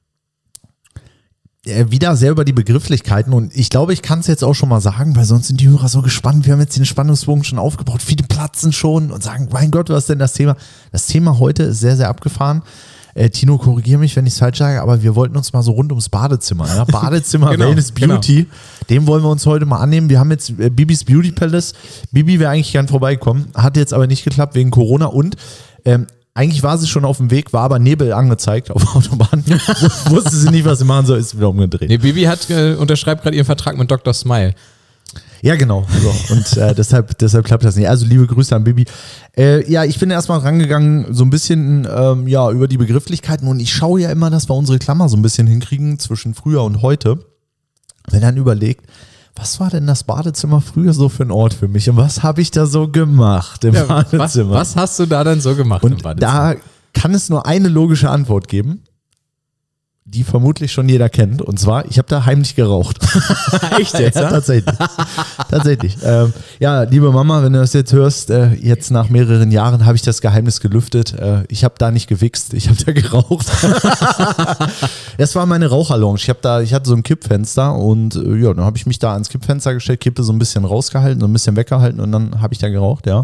Wieder sehr über die Begrifflichkeiten und ich glaube, ich kann es jetzt auch schon mal sagen, weil sonst sind die Hörer so gespannt. Wir haben jetzt den Spannungsbogen schon aufgebaut, viele platzen schon und sagen, mein Gott, was ist denn das Thema? Das Thema heute ist sehr, sehr abgefahren. Tino, korrigiere mich, wenn ich es falsch sage, aber wir wollten uns mal so rund ums Badezimmer, ja? Badezimmer, genau, Wellness, Beauty, dem wollen wir uns heute mal annehmen. Wir haben jetzt Bibis Beauty Palace. Bibi wäre eigentlich gern vorbeikommen, hat jetzt aber nicht geklappt wegen Corona und eigentlich war sie schon auf dem Weg, war aber Nebel angezeigt auf der Autobahn. Wusste sie nicht, was sie machen soll, ist wieder umgedreht. Nee, Bibi unterschreibt gerade ihren Vertrag mit Dr. Smile. Ja, genau. So. Und deshalb klappt das nicht. Also liebe Grüße an Bibi. Ich bin erstmal rangegangen, so ein bisschen über die Begrifflichkeiten und ich schaue ja immer, dass wir unsere Klammer so ein bisschen hinkriegen zwischen früher und heute. Wenn dann überlegt, was war denn das Badezimmer früher so für ein Ort für mich und was habe ich da so gemacht im Badezimmer? Was hast du da denn so gemacht im Badezimmer? Da kann es nur eine logische Antwort geben, die vermutlich schon jeder kennt. Und zwar, ich habe da heimlich geraucht. Echt jetzt? Ja, tatsächlich. Liebe Mama, wenn du das jetzt hörst, jetzt nach mehreren Jahren habe ich das Geheimnis gelüftet. Ich habe da nicht gewichst, ich habe da geraucht. Das war meine Raucherlounge. Ich hatte so ein Kippfenster und dann habe ich mich da ans Kippfenster gestellt, Kippe so ein bisschen rausgehalten, so ein bisschen weggehalten und dann habe ich da geraucht, ja.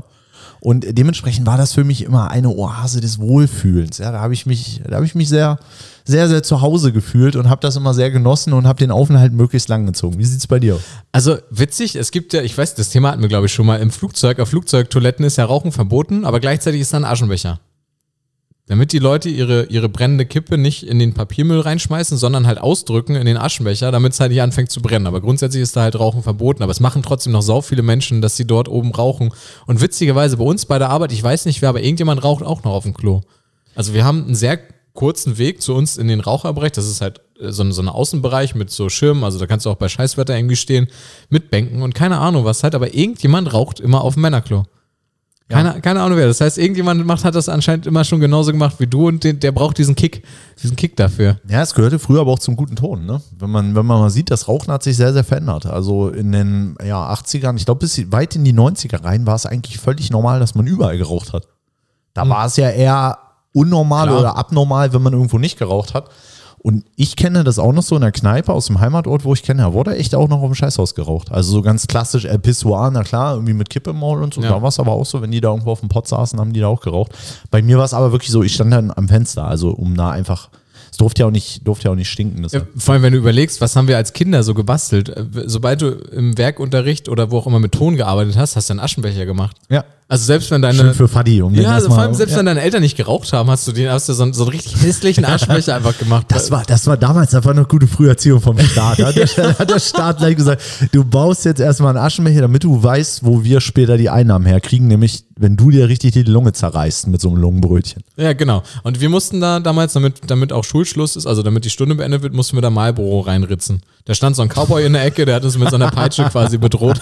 Und dementsprechend war das für mich immer eine Oase des Wohlfühlens. Ja, da habe ich mich sehr, sehr, sehr zu Hause gefühlt und habe das immer sehr genossen und habe den Aufenthalt möglichst lang gezogen. Wie sieht's bei dir aus? Also witzig, es gibt ja, ich weiß, das Thema hatten wir glaube ich schon mal im Flugzeug. Auf Flugzeugtoiletten ist ja Rauchen verboten, aber gleichzeitig ist da ein Aschenbecher. Damit die Leute ihre brennende Kippe nicht in den Papiermüll reinschmeißen, sondern halt ausdrücken in den Aschenbecher, damit es halt nicht anfängt zu brennen. Aber grundsätzlich ist da halt Rauchen verboten. Aber es machen trotzdem noch sau viele Menschen, dass sie dort oben rauchen. Und witzigerweise bei uns bei der Arbeit, ich weiß nicht wer, aber irgendjemand raucht auch noch auf dem Klo. Also wir haben einen sehr kurzen Weg zu uns in den Raucherbereich. Das ist halt so ein Außenbereich mit so Schirmen. Also da kannst du auch bei Scheißwetter irgendwie stehen mit Bänken und keine Ahnung was halt. Aber irgendjemand raucht immer auf dem Männerklo. Keine Ahnung wer. Das heißt, irgendjemand hat das anscheinend immer schon genauso gemacht wie du und der braucht diesen Kick dafür. Ja, es gehörte früher aber auch zum guten Ton, ne? Wenn man mal sieht, das Rauchen hat sich sehr, sehr verändert. Also in den 80ern, ich glaube bis weit in die 90er rein, war es eigentlich völlig normal, dass man überall geraucht hat. Da war es ja eher unnormal oder abnormal, wenn man irgendwo nicht geraucht hat. Und ich kenne das auch noch so in der Kneipe aus dem Heimatort, wo ich kenne, da wurde echt auch noch auf dem Scheißhaus geraucht. Also so ganz klassisch Pissoir, na klar, irgendwie mit Kippe im Maul und so. Ja. Da war es aber auch so, wenn die da irgendwo auf dem Pott saßen, haben die da auch geraucht. Bei mir war es aber wirklich so, ich stand dann am Fenster, also um da einfach, es durfte ja auch nicht stinken. Ja, vor allem, wenn du überlegst, was haben wir als Kinder so gebastelt? Sobald du im Werkunterricht oder wo auch immer mit Ton gearbeitet hast, hast du einen Aschenbecher gemacht. Ja. Also selbst wenn deine... Schön für Fadi. Ja, also vor allem selbst wenn deine Eltern nicht geraucht haben, hast du so einen richtig hässlichen Aschenbecher einfach gemacht. Das war damals einfach eine gute Früherziehung vom Staat. Hat der Staat gleich gesagt, du baust jetzt erstmal einen Aschenbecher, damit du weißt, wo wir später die Einnahmen herkriegen, nämlich wenn du dir richtig die Lunge zerreißt mit so einem Lungenbrötchen. Ja, genau. Und wir mussten da damals, damit auch Schulschluss ist, also damit die Stunde beendet wird, mussten wir da Marlboro reinritzen. Da stand so ein Cowboy in der Ecke, der hat uns mit so einer Peitsche quasi bedroht.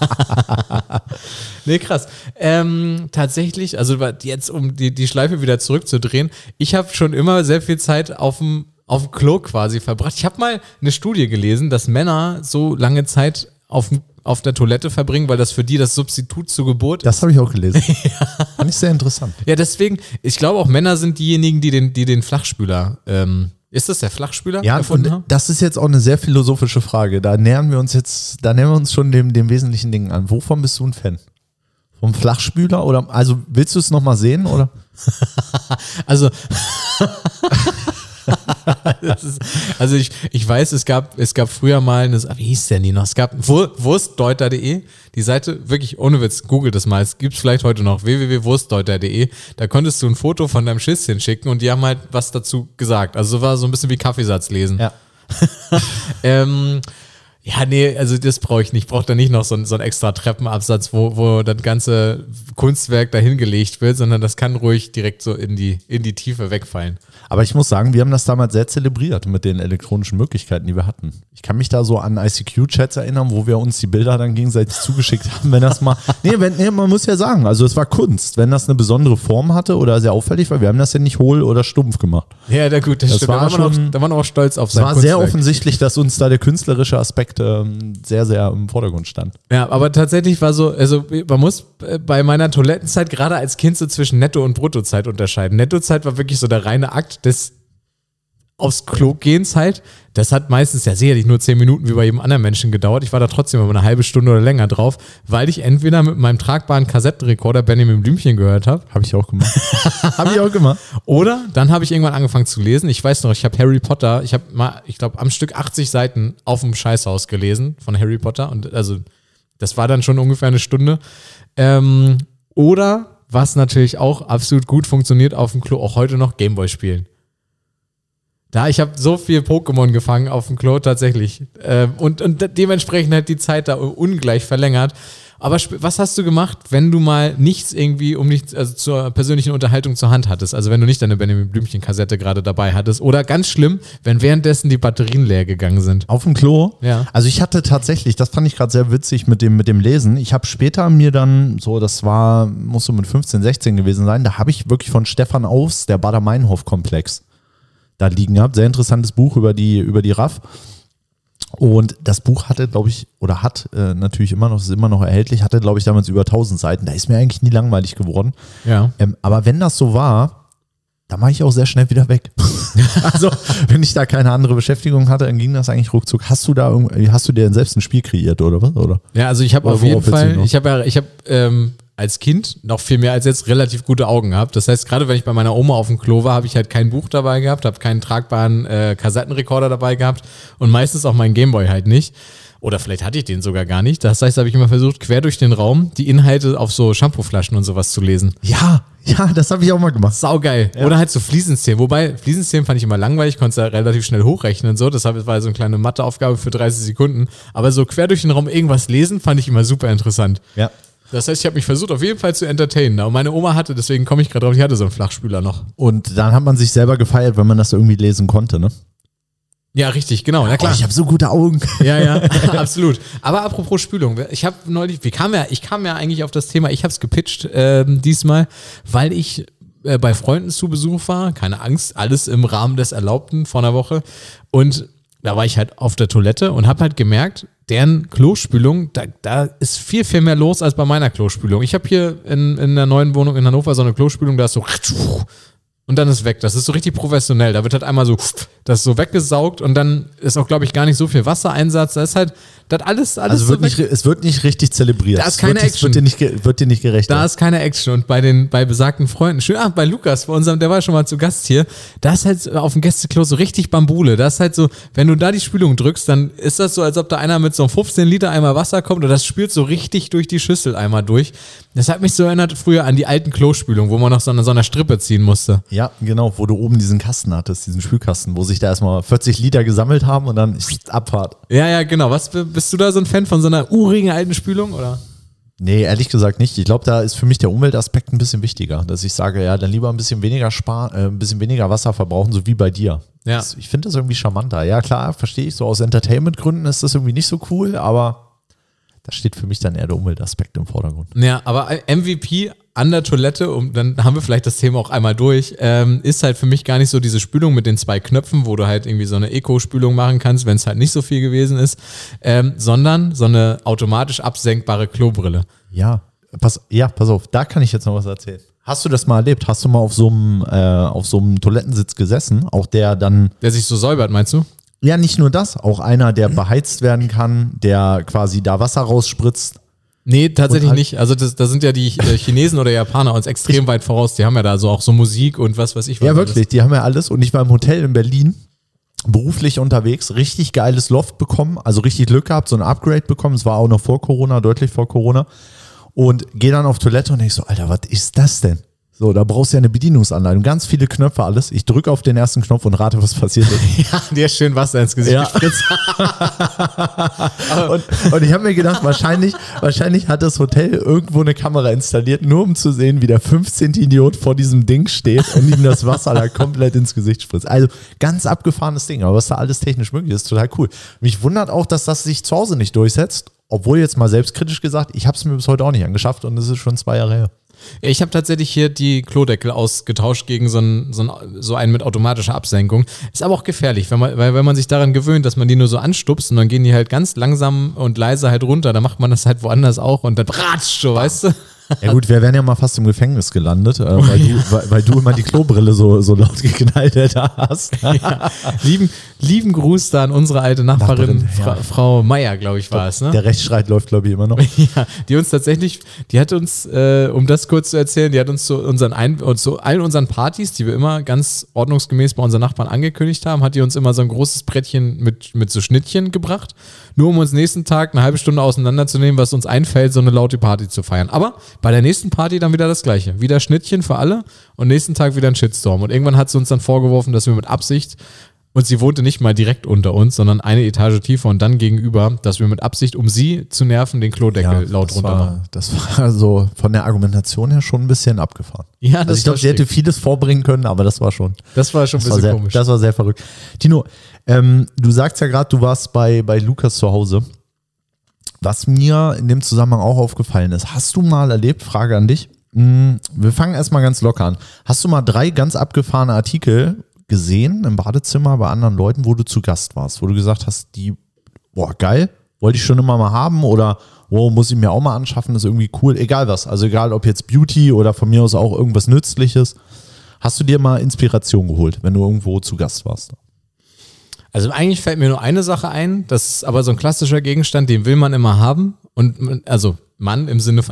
Nee, krass. Tatsächlich, also jetzt um die Schleife wieder zurückzudrehen, ich habe schon immer sehr viel Zeit auf dem Klo quasi verbracht. Ich habe mal eine Studie gelesen, dass Männer so lange Zeit auf der Toilette verbringen, weil das für die das Substitut zur Geburt ist. Das habe ich auch gelesen. Ja. Fand ich sehr interessant. Ja, deswegen, ich glaube auch Männer sind diejenigen, die den Flachspüler ist das der Flachspüler? Ja, und das ist jetzt auch eine sehr philosophische Frage. Da nähern wir uns schon dem wesentlichen Ding an. Wovon bist du ein Fan? Vom Flachspüler? Oder, also willst du es nochmal sehen? Oder? Also ich weiß, es gab früher mal wie hieß denn die noch? Es gab wurstdeuter.de, die Seite, wirklich ohne Witz, google das mal, es gibt es vielleicht heute noch, www.wurstdeuter.de, da konntest du ein Foto von deinem Schisschen schicken und die haben halt was dazu gesagt. Also war so ein bisschen wie Kaffeesatz lesen. Ja. Ja, nee, also das brauche ich nicht. Ich brauche da nicht noch so einen extra Treppenabsatz, wo das ganze Kunstwerk dahin gelegt wird, sondern das kann ruhig direkt so in die Tiefe wegfallen. Aber ich muss sagen, wir haben das damals sehr zelebriert mit den elektronischen Möglichkeiten, die wir hatten. Ich kann mich da so an ICQ-Chats erinnern, wo wir uns die Bilder dann gegenseitig zugeschickt haben, wenn das mal... man muss ja sagen, also es war Kunst. Wenn das eine besondere Form hatte oder sehr auffällig war, wir haben das ja nicht hohl oder stumpf gemacht. Ja, gut, das stimmt. War da war man auch stolz auf sein Kunstwerk. Es war sehr offensichtlich, dass uns da der künstlerische Aspekt sehr, sehr im Vordergrund stand. Ja, aber tatsächlich war so, also man muss bei meiner Toilettenzeit gerade als Kind so zwischen Netto- und Bruttozeit unterscheiden. Nettozeit war wirklich so der reine Akt des aufs Klo gehens halt. Das hat meistens ja sicherlich nur 10 Minuten wie bei jedem anderen Menschen gedauert. Ich war da trotzdem immer eine halbe Stunde oder länger drauf, weil ich entweder mit meinem tragbaren Kassettenrekorder Benjamin Blümchen gehört habe. Habe ich auch gemacht. Oder dann habe ich irgendwann angefangen zu lesen. Ich weiß noch, ich habe Harry Potter, ich habe mal, ich glaube, am Stück 80 Seiten auf dem Scheißhaus gelesen von Harry Potter. Und also das war dann schon ungefähr eine Stunde. Oder, was natürlich auch absolut gut funktioniert auf dem Klo, auch heute noch Gameboy spielen. Ich habe so viel Pokémon gefangen auf dem Klo tatsächlich und dementsprechend hat die Zeit da ungleich verlängert. Aber was hast du gemacht, wenn du mal nichts irgendwie zur persönlichen Unterhaltung zur Hand hattest? Also wenn du nicht deine Benjamin Blümchen-Kassette gerade dabei hattest. Oder ganz schlimm, wenn währenddessen die Batterien leer gegangen sind. Auf dem Klo? Ja. Also ich hatte tatsächlich, das fand ich gerade sehr witzig mit dem Lesen. Ich habe später mir dann, muss so mit 15, 16 gewesen sein, da habe ich wirklich von Stefan Aufs, der Baader-Meinhof-Komplex, da liegen gehabt. Sehr interessantes Buch über die RAF. Und das Buch hatte, glaube ich, oder hat natürlich immer noch, ist immer noch erhältlich, hatte, glaube ich, damals über 1000 Seiten. Da ist mir eigentlich nie langweilig geworden. Ja. Aber wenn das so war, dann war ich auch sehr schnell wieder weg. Also, wenn ich da keine andere Beschäftigung hatte, dann ging das eigentlich ruckzuck. Hast du dir denn selbst ein Spiel kreiert oder was? Oder? Ja, also ich habe auf jeden Fall, ich habe als Kind noch viel mehr als jetzt relativ gute Augen gehabt. Das heißt, gerade wenn ich bei meiner Oma auf dem Klo war, habe ich halt kein Buch dabei gehabt, habe keinen tragbaren Kassettenrekorder dabei gehabt und meistens auch meinen Gameboy halt nicht. Oder vielleicht hatte ich den sogar gar nicht. Das heißt, habe ich immer versucht, quer durch den Raum die Inhalte auf so Shampooflaschen und sowas zu lesen. Ja, das habe ich auch mal gemacht. Saugeil. Ja. Oder halt so Fliesenzählen. Wobei, Fliesenzählen fand ich immer langweilig, konnte es ja relativ schnell hochrechnen und so. Deshalb war so eine kleine Matheaufgabe für 30 Sekunden. Aber so quer durch den Raum irgendwas lesen, fand ich immer super interessant. Ja. Das heißt, ich habe mich versucht, auf jeden Fall zu entertainen. Und meine Oma hatte, deswegen komme ich gerade drauf, die hatte so einen Flachspüler noch. Und dann hat man sich selber gefeiert, wenn man das irgendwie lesen konnte, ne? Ja, richtig, genau. Na klar. Ich habe so gute Augen. Ja, absolut. Aber apropos Spülung, ich habe neulich, ich kam ja eigentlich auf das Thema, ich habe es gepitcht diesmal, weil ich bei Freunden zu Besuch war, keine Angst, alles im Rahmen des Erlaubten vor einer Woche und da war ich halt auf der Toilette und habe halt gemerkt, deren Klospülung, da ist viel, viel mehr los als bei meiner Klospülung. Ich habe hier in der neuen Wohnung in Hannover so eine Klospülung, da ist so und dann ist weg. Das ist so richtig professionell. Da wird halt einmal so, das ist so weggesaugt und dann ist auch, glaube ich, gar nicht so viel Wassereinsatz. Da ist halt, das alles also so es wird nicht richtig zelebriert. Da ist keine Action. Wird dir nicht gerecht. Da ist keine Action. Und bei besagten Freunden, schön, bei Lukas, der war schon mal zu Gast hier, da ist halt auf dem Gästeklo so richtig Bambule. Da ist halt so, wenn du da die Spülung drückst, dann ist das so, als ob da einer mit so einem 15 Liter Eimer Wasser kommt und das spült so richtig durch die Schüssel einmal durch. Das hat mich so erinnert früher an die alten Klospülungen, wo man noch so an so einer Strippe ziehen musste. Ja, genau, wo du oben diesen Kasten hattest, diesen Spülkasten, wo sich da erstmal 40 Liter gesammelt haben und dann Abfahrt. Ja, genau. Bist du da so ein Fan von so einer urigen alten Spülung, oder? Nee, ehrlich gesagt nicht. Ich glaube, da ist für mich der Umweltaspekt ein bisschen wichtiger, dass ich sage, ja, dann lieber ein bisschen weniger ein bisschen weniger Wasser verbrauchen, so wie bei dir. Ja. Ich finde das irgendwie charmanter. Ja, klar, verstehe ich, so aus Entertainment-Gründen ist das irgendwie nicht so cool, aber da steht für mich dann eher der Umweltaspekt im Vordergrund. Ja, aber MVP an der Toilette, und dann haben wir vielleicht das Thema auch einmal durch, ist halt für mich gar nicht so diese Spülung mit den 2 Knöpfen, wo du halt irgendwie so eine Eco-Spülung machen kannst, wenn es halt nicht so viel gewesen ist, sondern so eine automatisch absenkbare Klobrille. Ja, pass auf, da kann ich jetzt noch was erzählen. Hast du das mal erlebt? Hast du mal auf so einem Toilettensitz gesessen? Auch der sich so säubert, meinst du? Ja, nicht nur das, auch einer, der beheizt werden kann, der quasi da Wasser rausspritzt. Nee, tatsächlich nicht. Also da sind ja die Chinesen oder Japaner uns extrem weit voraus. Die haben ja da so auch so Musik und was weiß ich was. Ja, wirklich, alles. Die haben ja alles. Und ich war im Hotel in Berlin, beruflich unterwegs, richtig geiles Loft bekommen, also richtig Glück gehabt, so ein Upgrade bekommen. Es war auch noch vor Corona, deutlich vor Corona. Und gehe dann auf Toilette und denke so, Alter, was ist das denn? So, da brauchst du ja eine Bedienungsanleitung, ganz viele Knöpfe, alles. Ich drücke auf den ersten Knopf und rate, was passiert ist. Ja, dir ist schön Wasser ins Gesicht gespritzt. und ich habe mir gedacht, wahrscheinlich hat das Hotel irgendwo eine Kamera installiert, nur um zu sehen, wie der 15. Idiot vor diesem Ding steht und ihm das Wasser da komplett ins Gesicht spritzt. Also ganz abgefahrenes Ding, aber was da alles technisch möglich ist, total cool. Mich wundert auch, dass das sich zu Hause nicht durchsetzt, obwohl jetzt mal selbstkritisch gesagt, ich habe es mir bis heute auch nicht angeschafft und es ist schon 2 Jahre her. Ja, ich habe tatsächlich hier die Klodeckel ausgetauscht gegen so einen mit automatischer Absenkung. Ist aber auch gefährlich, weil wenn man sich daran gewöhnt, dass man die nur so anstupst und dann gehen die halt ganz langsam und leise halt runter, dann macht man das halt woanders auch und dann bratscht so, weißt du? Ja gut, wir wären ja mal fast im Gefängnis gelandet, weil du immer die Klobrille so laut geknallt hast. Ja. Lieben Gruß da an unsere alte Nachbarin Frau Meier, glaube ich, war es. Ne? Der Rechtsstreit läuft, glaube ich, immer noch. Ja, die hat uns, um das kurz zu erzählen, die hat uns zu allen unseren Partys, die wir immer ganz ordnungsgemäß bei unseren Nachbarn angekündigt haben, hat die uns immer so ein großes Brettchen mit so Schnittchen gebracht, nur um uns nächsten Tag eine halbe Stunde auseinanderzunehmen, was uns einfällt, so eine laute Party zu feiern. Aber bei der nächsten Party dann wieder das Gleiche. Wieder Schnittchen für alle und nächsten Tag wieder ein Shitstorm. Und irgendwann hat sie uns dann vorgeworfen, dass wir mit Absicht, und sie wohnte nicht mal direkt unter uns, sondern eine Etage tiefer und dann gegenüber, dass wir mit Absicht, um sie zu nerven, den Klodeckel laut runter machen. Das war so von der Argumentation her schon ein bisschen abgefahren. Ja, also ich glaube, sie hätte vieles vorbringen können, aber das war schon ein bisschen komisch. Das war sehr verrückt. Tino, du sagst ja gerade, du warst bei Lukas zu Hause. Was mir in dem Zusammenhang auch aufgefallen ist, hast du mal erlebt, Frage an dich, wir fangen erstmal ganz locker an. Hast du mal 3 ganz abgefahrene Artikel gesehen im Badezimmer bei anderen Leuten, wo du zu Gast warst, wo du gesagt hast, geil, wollte ich schon immer mal haben oder muss ich mir auch mal anschaffen, ist irgendwie cool, egal was, also egal ob jetzt Beauty oder von mir aus auch irgendwas Nützliches. Hast du dir mal Inspiration geholt, wenn du irgendwo zu Gast warst? Also eigentlich fällt mir nur eine Sache ein, das ist aber so ein klassischer Gegenstand, den will man immer haben und also Mann im Sinne von ich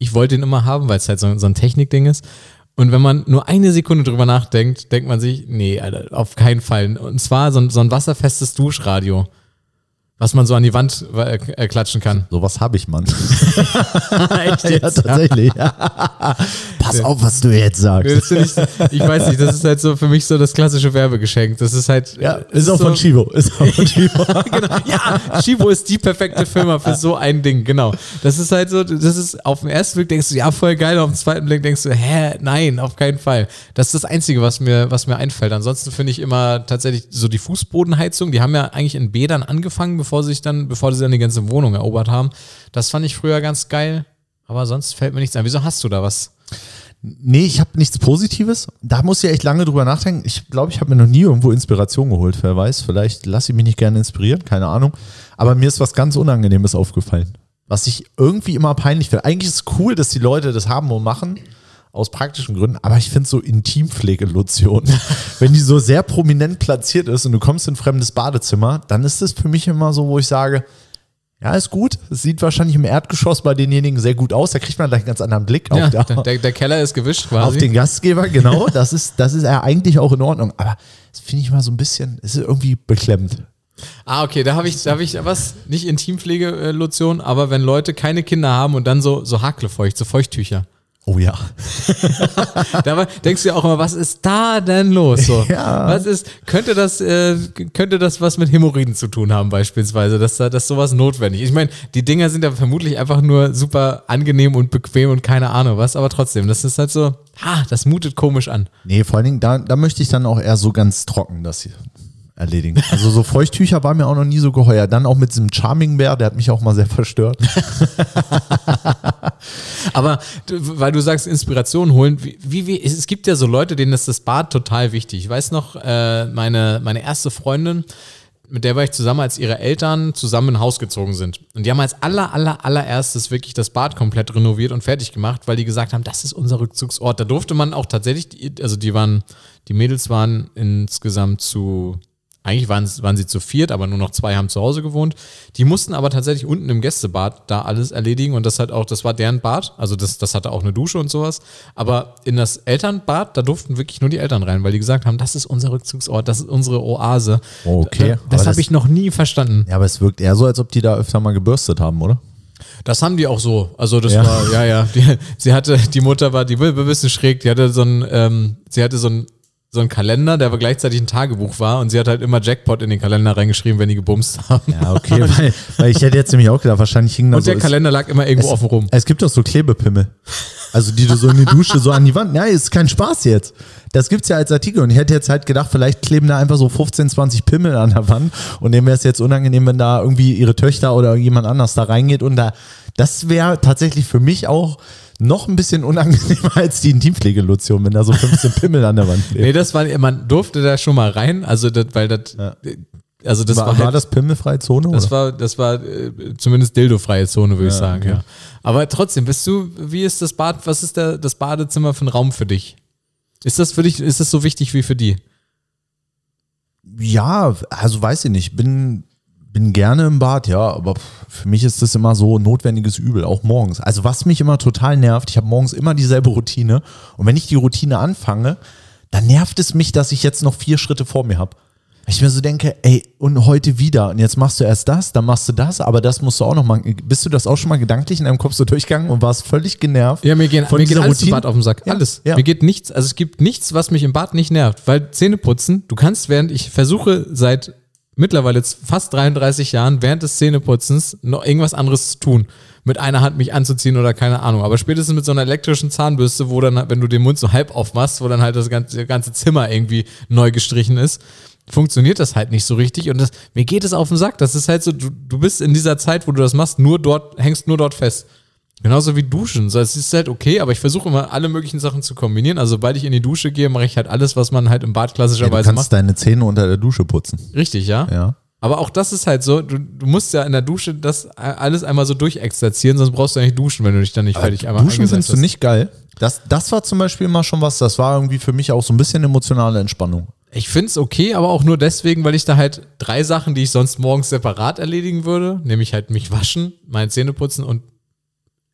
ich wollte ihn immer haben, weil es halt so ein Technikding ist. Und wenn man nur eine Sekunde drüber nachdenkt, denkt man sich, nee, Alter, auf keinen Fall. Und zwar so ein wasserfestes Duschradio, was man so an die Wand klatschen kann. Sowas habe ich, Mann. Echt Ja, tatsächlich. Pass auf, was du jetzt sagst. Ich weiß nicht, das ist halt so für mich so das klassische Werbegeschenk. Das ist halt. Ja, ist auch von Chibo. Genau. Ja, Chibo ist die perfekte Firma für so ein Ding, genau. Das ist halt so, das ist auf den ersten Blick denkst du, ja, voll geil, auf den zweiten Blick denkst du, nein, auf keinen Fall. Das ist das Einzige, was mir einfällt. Ansonsten finde ich immer tatsächlich so die Fußbodenheizung, die haben ja eigentlich in Bädern angefangen, bevor sie dann die ganze Wohnung erobert haben. Das fand ich früher ganz geil, aber sonst fällt mir nichts ein. Wieso hast du da was? Nee, ich habe nichts Positives. Da muss ich echt lange drüber nachdenken. Ich glaube, ich habe mir noch nie irgendwo Inspiration geholt. Wer weiß, vielleicht lasse ich mich nicht gerne inspirieren, keine Ahnung. Aber mir ist was ganz Unangenehmes aufgefallen, was ich irgendwie immer peinlich finde. Eigentlich ist es cool, dass die Leute das haben und machen, aus praktischen Gründen, aber ich finde so Intimpflegelotion, wenn die so sehr prominent platziert ist und du kommst in ein fremdes Badezimmer, dann ist das für mich immer so, wo ich sage, ja, ist gut. Es sieht wahrscheinlich im Erdgeschoss bei denjenigen sehr gut aus. Da kriegt man gleich einen ganz anderen Blick auf, der Keller ist gewischt quasi. Auf den Gastgeber, genau. Das ist ja eigentlich auch in Ordnung. Aber das finde ich mal so ein bisschen, es ist irgendwie beklemmend. Ah, okay, da hab ich was, nicht Intimpflegelotion, aber wenn Leute keine Kinder haben und dann so Haklefeucht, so Feuchttücher. Oh ja. Da denkst du ja auch immer, was ist da denn los? So, ja. Könnte das was mit Hämorrhoiden zu tun haben beispielsweise, dass sowas notwendig ist? Ich meine, die Dinger sind ja vermutlich einfach nur super angenehm und bequem und keine Ahnung was, aber trotzdem, das ist halt so, das mutet komisch an. Nee, vor allen Dingen, da möchte ich dann auch eher so ganz trocken das hier erledigen. Also so Feuchttücher war mir auch noch nie so geheuer. Dann auch mit diesem Charming-Bär, der hat mich auch mal sehr verstört. Aber weil du sagst, Inspiration holen, es gibt ja so Leute, denen ist das Bad total wichtig. Ich weiß noch, meine erste Freundin, mit der war ich zusammen, als ihre Eltern zusammen in ein Haus gezogen sind. Und die haben als allererstes wirklich das Bad komplett renoviert und fertig gemacht, weil die gesagt haben, das ist unser Rückzugsort. Da durfte man auch tatsächlich, die Mädels waren insgesamt eigentlich waren sie zu viert, aber nur noch 2 haben zu Hause gewohnt. Die mussten aber tatsächlich unten im Gästebad da alles erledigen und das war deren Bad. Also das hatte auch eine Dusche und sowas. Aber in das Elternbad, da durften wirklich nur die Eltern rein, weil die gesagt haben, das ist unser Rückzugsort, das ist unsere Oase. Okay. Das habe ich noch nie verstanden. Ja, aber es wirkt eher so, als ob die da öfter mal gebürstet haben, oder? Das haben die auch so. Also das war. Die Mutter war, die war ein bisschen schräg, die hatte so einen Kalender, der aber gleichzeitig ein Tagebuch war und sie hat halt immer Jackpot in den Kalender reingeschrieben, wenn die gebumst haben. Ja, okay, weil ich hätte jetzt nämlich auch gedacht, wahrscheinlich hing da und so. Und der Kalender lag immer irgendwo offen rum. Es gibt doch so Klebepimmel. Also die du so in die Dusche so an die Wand. Ja, ist kein Spaß jetzt. Das gibt's ja als Artikel und ich hätte jetzt halt gedacht, vielleicht kleben da einfach so 15, 20 Pimmel an der Wand und dem wäre es jetzt unangenehm, wenn da irgendwie ihre Töchter oder jemand anders da reingeht und das wäre tatsächlich für mich auch noch ein bisschen unangenehmer als die Intimpflegelotion, wenn da so 15 Pimmel an der Wand kleben. Nee, man durfte da schon mal rein, also war das pimmelfreie Zone? Das war zumindest dildofreie Zone, würde ich sagen, okay. Ja. Aber trotzdem, wie ist das Bad, was ist das Badezimmer für ein Raum für dich? Ist das so wichtig wie für die? Ja, also weiß ich nicht, bin gerne im Bad, ja, aber für mich ist das immer so ein notwendiges Übel, auch morgens. Also was mich immer total nervt, ich habe morgens immer dieselbe Routine und wenn ich die Routine anfange, dann nervt es mich, dass ich jetzt noch 4 Schritte vor mir habe. Ich mir so denke, ey, und heute wieder und jetzt machst du erst das, dann machst du das, aber das musst du auch noch machen. Bist du das auch schon mal gedanklich in deinem Kopf so durchgegangen und warst völlig genervt? Ja, mir geht alles im Bad auf den Sack. Ja, alles. Ja. Mir geht nichts, also es gibt nichts, was mich im Bad nicht nervt, weil Zähneputzen, du kannst, während ich versuche seit mittlerweile jetzt fast 33 Jahren während des Zähneputzens noch irgendwas anderes zu tun. Mit einer Hand mich anzuziehen oder keine Ahnung. Aber spätestens mit so einer elektrischen Zahnbürste, wo dann, wenn du den Mund so halb aufmachst, wo dann halt das ganze Zimmer irgendwie neu gestrichen ist, funktioniert das halt nicht so richtig. Und mir geht es auf den Sack. Das ist halt so, du bist in dieser Zeit, wo du das machst, hängst nur dort fest. Genauso wie Duschen. So, es ist halt okay, aber ich versuche immer alle möglichen Sachen zu kombinieren. Also sobald ich in die Dusche gehe, mache ich halt alles, was man halt im Bad klassischerweise macht. Du kannst deine Zähne unter der Dusche putzen. Richtig, ja? Ja. Aber auch das ist halt so, du musst ja in der Dusche das alles einmal so durchexerzieren, sonst brauchst du ja nicht duschen, wenn du dich dann nicht fertig einmal Duschen findest du nicht geil? Das war zum Beispiel immer schon was, das war irgendwie für mich auch so ein bisschen emotionale Entspannung. Ich finde es okay, aber auch nur deswegen, weil ich da halt 3 Sachen, die ich sonst morgens separat erledigen würde, nämlich halt mich waschen, meine Zähne putzen und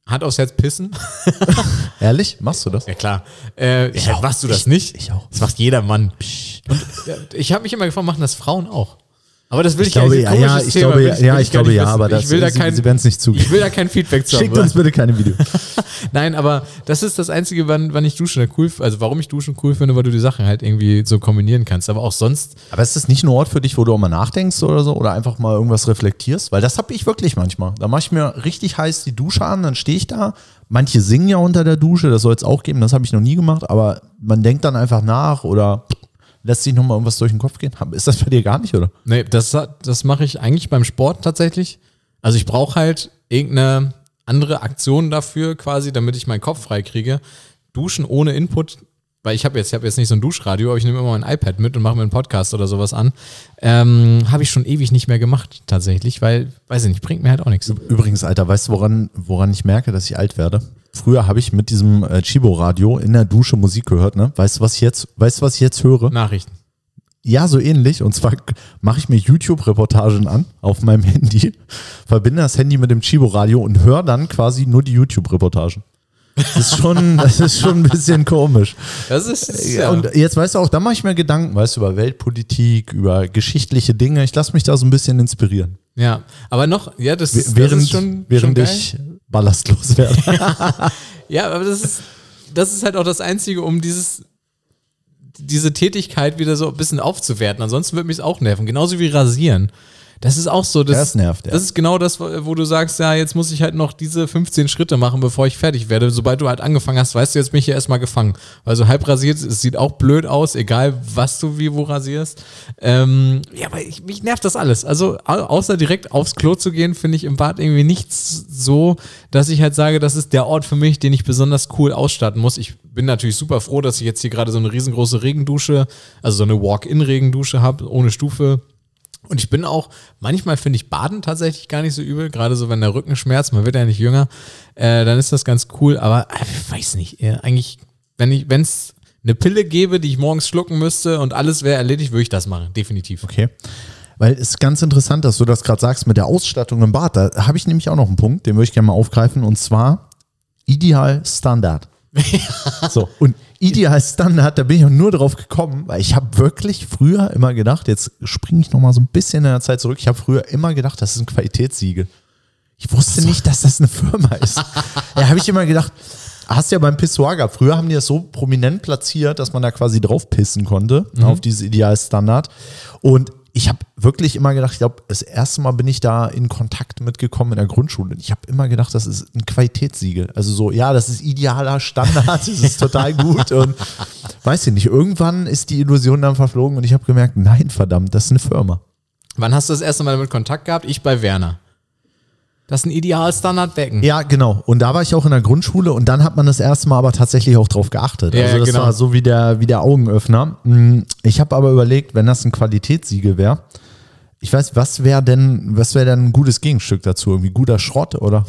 Hand aufs Herz pissen. Ehrlich? Machst du das? Ja, klar. auch. Machst du das nicht? Ich auch. Das macht jeder Mann. Und ich habe mich immer gefragt, machen das Frauen auch? Aber das will Ich glaube, ja, ich glaube, ja, aber das, sie werden es nicht zugeben. Ich will da kein Feedback zu haben. Schickt uns bitte keine Videos. Nein, aber das ist das Einzige, wann ich Duschen cool finde. Also warum ich Duschen cool finde, weil du die Sachen halt irgendwie so kombinieren kannst. Aber auch sonst. Aber ist das nicht ein Ort für dich, wo du auch mal nachdenkst oder so? Oder einfach mal irgendwas reflektierst? Weil das habe ich wirklich manchmal. Da mache ich mir richtig heiß die Dusche an, dann stehe ich da. Manche singen ja unter der Dusche, das soll es auch geben. Das habe ich noch nie gemacht. Aber man denkt dann einfach nach oder lässt sich nochmal irgendwas durch den Kopf gehen. Ist das bei dir gar nicht, oder? Nee, das mache ich eigentlich beim Sport tatsächlich. Also ich brauche halt irgendeine andere Aktion dafür quasi, damit ich meinen Kopf frei kriege. Duschen ohne Input, weil ich habe jetzt nicht so ein Duschradio, aber ich nehme immer mein iPad mit und mache mir einen Podcast oder sowas an. Habe ich schon ewig nicht mehr gemacht tatsächlich, weil, weiß ich nicht, bringt mir halt auch nichts. Übrigens, Alter, weißt du, woran ich merke, dass ich alt werde? Früher habe ich mit diesem Chibo-Radio in der Dusche Musik gehört, ne? Weißt du, was ich jetzt höre? Nachrichten. Ja, so ähnlich. Und zwar mache ich mir YouTube-Reportagen an auf meinem Handy, verbinde das Handy mit dem Chibo-Radio und höre dann quasi nur die YouTube-Reportagen. Das ist schon ein bisschen komisch. Das ist ja. Und jetzt weißt du auch, da mache ich mir Gedanken, weißt du, über Weltpolitik, über geschichtliche Dinge. Ich lasse mich da so ein bisschen inspirieren. Ja, aber noch, ja, das ist schon während geil. Ich ballastlos werde. Ja, aber das ist halt auch das Einzige, um diese Tätigkeit wieder so ein bisschen aufzuwerten. Ansonsten würde mich es auch nerven. Genauso wie Rasieren. Das ist auch so. Das nervt, ja. Das ist genau das, wo du sagst, ja, jetzt muss ich halt noch diese 15 Schritte machen, bevor ich fertig werde. Sobald du halt angefangen hast, weißt du, jetzt bin ich hier erstmal gefangen. Weil so halb rasiert, es sieht auch blöd aus, egal was du wo rasierst. Ja, aber mich nervt das alles. Also außer direkt aufs Klo zu gehen, finde ich im Bad irgendwie nichts so, dass ich halt sage, das ist der Ort für mich, den ich besonders cool ausstatten muss. Ich bin natürlich super froh, dass ich jetzt hier gerade so eine riesengroße Regendusche, also so eine Walk-in-Regendusche habe, ohne Stufe. Und ich bin auch, manchmal finde ich Baden tatsächlich gar nicht so übel, gerade so, wenn der Rücken schmerzt, man wird ja nicht jünger, dann ist das ganz cool, aber ich weiß nicht, eigentlich, wenn es eine Pille gäbe, die ich morgens schlucken müsste und alles wäre erledigt, würde ich das machen, definitiv. Okay, weil es ist ganz interessant, dass du das gerade sagst mit der Ausstattung im Bad, da habe ich nämlich auch noch einen Punkt, den würde ich gerne mal aufgreifen und zwar Ideal Standard. So, und Ideal Standard, da bin ich auch nur drauf gekommen, weil ich habe wirklich früher immer gedacht, jetzt springe ich nochmal so ein bisschen in der Zeit zurück, ich habe früher immer gedacht, das ist ein Qualitätssiegel. Ich wusste nicht, dass das eine Firma ist. Ja, habe ich immer gedacht, hast du ja beim Pissoir gehabt, früher haben die das so prominent platziert, dass man da quasi drauf pissen konnte, auf dieses Ideal Standard. Und ich habe wirklich immer gedacht, ich glaube, das erste Mal bin ich da in Kontakt mitgekommen in der Grundschule. Ich habe immer gedacht, das ist ein Qualitätssiegel. Also so, ja, das ist idealer Standard, das ist total gut. Und weiß ich nicht, irgendwann ist die Illusion dann verflogen und ich habe gemerkt, nein, verdammt, das ist eine Firma. Wann hast du das erste Mal damit Kontakt gehabt? Ich bei Werner. Das ist ein Ideal-Standardbecken. Ja, genau. Und da war ich auch in der Grundschule und dann hat man das erste Mal aber tatsächlich auch drauf geachtet. Ja, also das genau. war so wie der Augenöffner. Ich habe aber überlegt, wenn das ein Qualitätssiegel wäre, ich weiß, was wäre denn ein gutes Gegenstück dazu? Irgendwie guter Schrott, oder?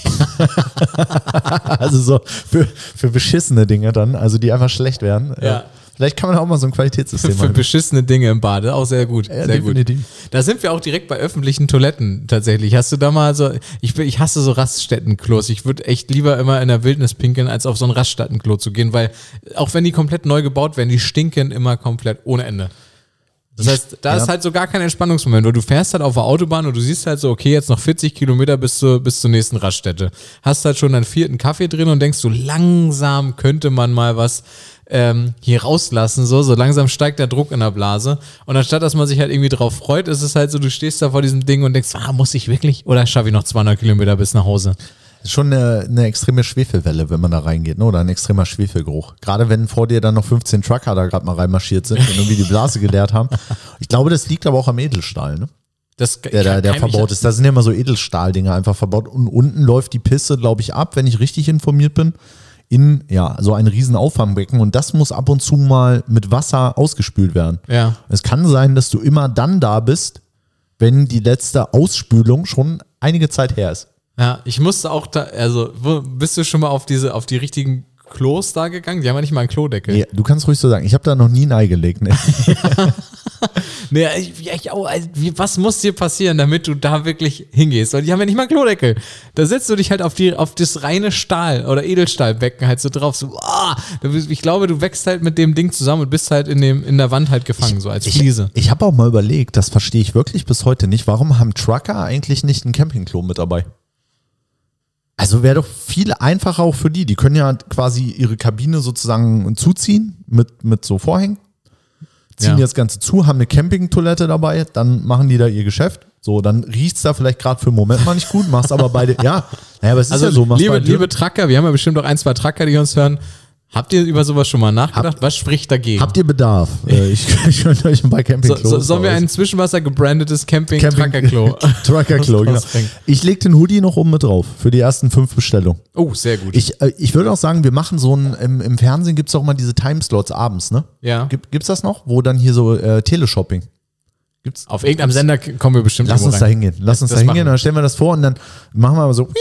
Also so für beschissene Dinge dann, also die einfach schlecht werden. Ja. Vielleicht kann man auch mal so ein Qualitätssystem Für machen. beschissene Dinge im Bade, auch sehr gut. Ja, sehr definitiv. gut. Da sind wir auch direkt bei öffentlichen Toiletten tatsächlich. Hast du da mal so, ich hasse so Raststättenklos. Ich würde echt lieber immer in der Wildnis pinkeln, als auf so ein Raststättenklo zu gehen, weil auch wenn die komplett neu gebaut werden, die stinken immer komplett ohne Ende. Das heißt, da ist halt so gar kein Entspannungsmoment, weil du fährst halt auf der Autobahn und du siehst halt so, okay, jetzt noch 40 Kilometer bis zur nächsten Raststätte. Hast halt schon deinen 4. Kaffee drin und denkst so, langsam könnte man mal was hier rauslassen, so langsam steigt der Druck in der Blase und anstatt, dass man sich halt irgendwie drauf freut, ist es halt so, du stehst da vor diesem Ding und denkst, muss ich wirklich oder schaffe ich noch 200 Kilometer bis nach Hause? Das ist schon eine extreme Schwefelwelle, wenn man da reingeht, ne? Oder ein extremer Schwefelgeruch. Gerade wenn vor dir dann noch 15 Trucker da gerade mal reinmarschiert sind und irgendwie die Blase geleert haben. Ich glaube, das liegt aber auch am Edelstahl, ne? Der verbaut ist. Da sind ja immer so Edelstahldinger einfach verbaut und unten läuft die Pisse, glaube ich, ab, wenn ich richtig informiert bin, in so ein riesen Auffangbecken und das muss ab und zu mal mit Wasser ausgespült werden. Ja. Es kann sein, dass du immer dann da bist, wenn die letzte Ausspülung schon einige Zeit her ist. Ja, ich musste auch da, also bist du schon mal auf die richtigen Klos da gegangen? Die haben ja nicht mal einen Klodeckel. Nee, du kannst ruhig so sagen, ich habe da noch nie ein Ei gelegt. Ne? Nee, was muss dir passieren, damit du da wirklich hingehst? Weil die haben ja nicht mal Klodeckel. Da setzt du dich halt auf das reine Stahl- oder Edelstahlbecken halt so drauf. So, ich glaube, du wächst halt mit dem Ding zusammen und bist halt in der Wand halt gefangen, so als Fliese. Ich habe auch mal überlegt, das verstehe ich wirklich bis heute nicht, warum haben Trucker eigentlich nicht ein Campingklo mit dabei? Also wäre doch viel einfacher auch für die. Die können ja quasi ihre Kabine sozusagen zuziehen mit so Vorhängen. Ziehen das Ganze zu, haben eine Campingtoilette dabei, dann machen die da ihr Geschäft. So, dann riecht's da vielleicht gerade für einen Moment mal nicht gut, machst aber beide, aber es ist ja so. Liebe Trucker, wir haben ja bestimmt auch 1, 2 Trucker, die uns hören. Habt ihr über sowas schon mal nachgedacht? Was spricht dagegen? Habt ihr Bedarf? Ich könnte euch ein paar Campingklos. Sollen wir ein Zwischenwasser gebrandetes Camping-Trucker-Klo? Trucker-Klo, genau. Ich lege den Hoodie noch oben mit drauf für die ersten 5 Bestellungen. Oh, sehr gut. Ich würde auch sagen, wir machen so im Fernsehen gibt es auch mal diese Timeslots abends, ne? Ja. Gibt's das noch? Wo dann hier so Teleshopping. Gibt's? Auf irgendeinem Sender kommen wir bestimmt Lass uns da hingehen. Dann stellen wir das vor und dann machen wir mal so.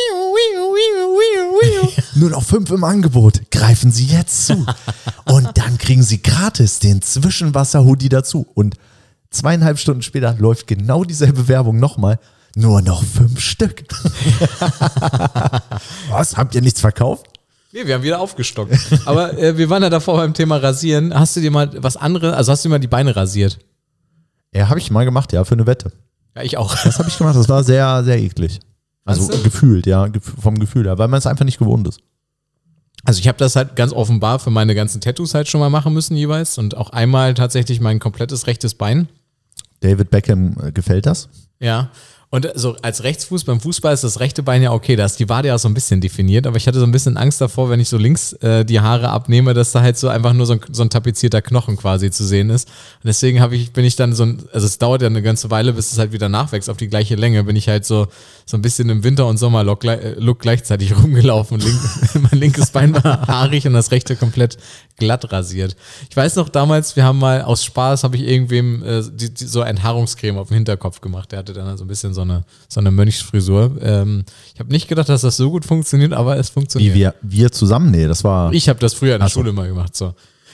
Nur noch 5 im Angebot. Greifen Sie jetzt zu. Und dann kriegen Sie gratis den Zwischenwasser-Hoodie dazu. Und 2,5 Stunden später läuft genau dieselbe Werbung nochmal. Nur noch 5 Stück. Was? Habt ihr nichts verkauft? Nee, wir haben wieder aufgestockt. Aber wir waren ja davor beim Thema Rasieren. Hast du dir mal was anderes, also hast du dir mal die Beine rasiert? Ja, habe ich mal gemacht, ja, für eine Wette. Ja, ich auch. Das habe ich gemacht, das war sehr, sehr eklig. Also gefühlt, ja, vom Gefühl her, weil man es einfach nicht gewohnt ist. Also ich habe das halt ganz offenbar für meine ganzen Tattoos halt schon mal machen müssen jeweils und auch einmal tatsächlich mein komplettes rechtes Bein. David Beckham, gefällt das? Ja. Und so als Rechtsfuß beim Fußball ist das rechte Bein ja okay, da ist die Wade ja auch so ein bisschen definiert, aber ich hatte so ein bisschen Angst davor, wenn ich so links die Haare abnehme, dass da halt so einfach nur so ein tapezierter Knochen quasi zu sehen ist. Und deswegen bin ich dann also es dauert ja eine ganze Weile, bis es halt wieder nachwächst auf die gleiche Länge, bin ich halt so ein bisschen im Winter- und Sommerlook gleichzeitig rumgelaufen. Mein linkes Bein war haarig und das rechte komplett glatt rasiert. Ich weiß noch damals, wir haben mal aus Spaß, habe ich irgendwem so Enthaarungscreme auf dem Hinterkopf gemacht. Der hatte dann so ein bisschen so eine Mönchsfrisur. Ich habe nicht gedacht, dass das so gut funktioniert, aber es funktioniert. Wie wir zusammen? Nee, das war... Ich habe das früher in der Schule mal gemacht, so.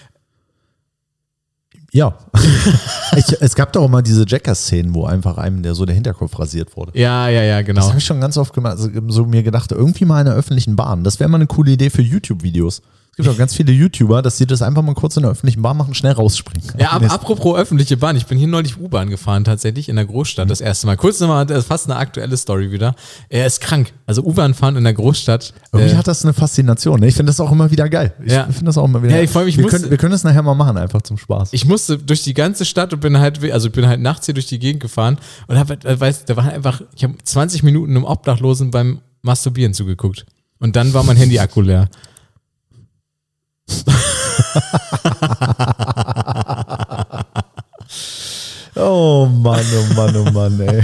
Ja. Es gab doch auch mal diese Jackass-Szenen, wo einfach einem der Hinterkopf rasiert wurde. Ja, genau. Das habe ich schon ganz oft gemacht, also so mir gedacht, irgendwie mal in der öffentlichen Bahn. Das wäre mal eine coole Idee für YouTube-Videos. Es gibt auch ganz viele YouTuber, dass sie das einfach mal kurz in der öffentlichen Bahn machen, schnell rausspringen. Ja, apropos öffentliche Bahn. Ich bin hier neulich U-Bahn gefahren, tatsächlich in der Großstadt das erste Mal. Kurz nochmal, das ist fast eine aktuelle Story wieder. Er ist krank. Also U-Bahn fahren in der Großstadt. Irgendwie hat das eine Faszination. Ne? Ich finde das auch immer wieder geil. Ich finde das auch immer wieder geil. Ich freue mich. Wir können das nachher mal machen, einfach zum Spaß. Ich musste durch die ganze Stadt und bin halt nachts hier durch die Gegend gefahren und da war einfach, ich habe 20 Minuten einem Obdachlosen beim Masturbieren zugeguckt. Und dann war mein Handy-Akku leer. Oh Mann, ey.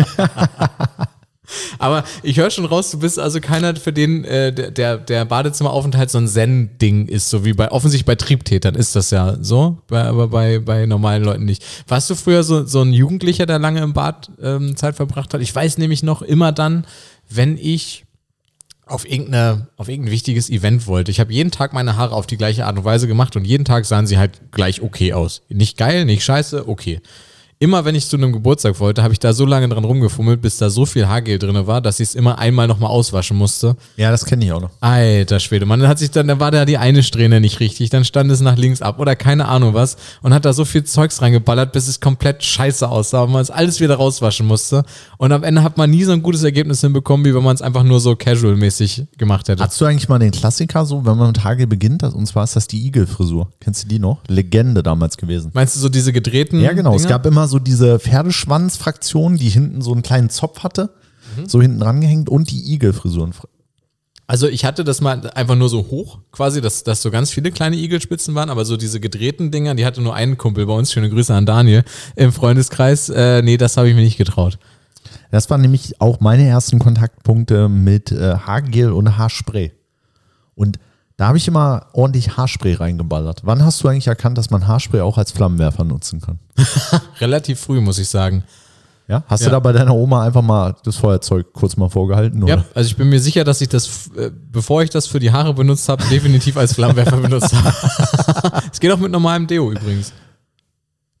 Aber ich höre schon raus, du bist also keiner, für den der Badezimmeraufenthalt so ein Zen-Ding ist, so wie offensichtlich bei Triebtätern ist das ja so, aber bei normalen Leuten nicht. Warst du früher so ein Jugendlicher, der lange im Bad Zeit verbracht hat? Ich weiß nämlich noch immer dann, wenn ich auf irgendein wichtiges Event wollte. Ich habe jeden Tag meine Haare auf die gleiche Art und Weise gemacht und jeden Tag sahen sie halt gleich okay aus. Nicht geil, nicht scheiße, okay. Immer wenn ich zu einem Geburtstag wollte, habe ich da so lange dran rumgefummelt, bis da so viel Haargel drin war, dass ich es immer einmal nochmal auswaschen musste. Ja, das kenne ich auch noch. Alter Schwede, man da war da die eine Strähne nicht richtig, dann stand es nach links ab oder keine Ahnung was und hat da so viel Zeugs reingeballert, bis es komplett scheiße aussah und man es alles wieder rauswaschen musste. Und am Ende hat man nie so ein gutes Ergebnis hinbekommen, wie wenn man es einfach nur so casual-mäßig gemacht hätte. Hast du eigentlich mal den Klassiker so, wenn man mit Haargel beginnt, und zwar ist das die Igelfrisur. Kennst du die noch? Legende damals gewesen. Meinst du so diese gedrehten Ja, genau. Dinger? Es gab immer so diese Pferdeschwanz-Fraktion, die hinten so einen kleinen Zopf hatte, so hinten dran gehängt und die Igelfrisuren. Also ich hatte das mal einfach nur so hoch, quasi, dass so ganz viele kleine Igelspitzen waren, aber so diese gedrehten Dinger, die hatte nur einen Kumpel bei uns, schöne Grüße an Daniel, im Freundeskreis. Nee, das habe ich mir nicht getraut. Das waren nämlich auch meine ersten Kontaktpunkte mit Haargel und Haarspray. Und da habe ich immer ordentlich Haarspray reingeballert. Wann hast du eigentlich erkannt, dass man Haarspray auch als Flammenwerfer nutzen kann? Relativ früh, muss ich sagen. Ja? Hast du da bei deiner Oma einfach mal das Feuerzeug kurz mal vorgehalten? Oder? Ja, also ich bin mir sicher, dass ich das, bevor ich das für die Haare benutzt habe, definitiv als Flammenwerfer benutzt habe. Es geht auch mit normalem Deo übrigens.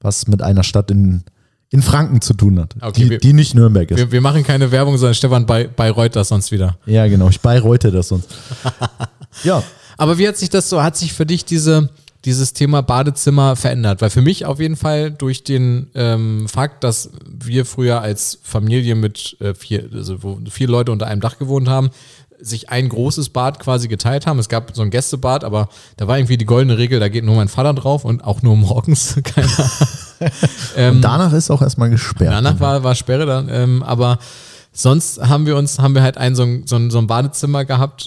was mit einer Stadt in Franken zu tun hat, Okay, die nicht Nürnberg ist. Wir machen keine Werbung, sondern Stefan Bayreuth das sonst wieder. Ja, genau, ich bayreute das sonst. Ja. Aber wie hat sich für dich dieses Thema Badezimmer verändert? Weil für mich auf jeden Fall durch den Fakt, dass wir früher als Familie mit wo 4 Leute unter einem Dach gewohnt haben, sich ein großes Bad quasi geteilt haben. Es gab so ein Gästebad, aber da war irgendwie die goldene Regel, da geht nur mein Vater drauf und auch nur morgens. Und danach ist auch erstmal gesperrt. Danach war Sperre dann, aber sonst haben wir halt so ein Badezimmer gehabt,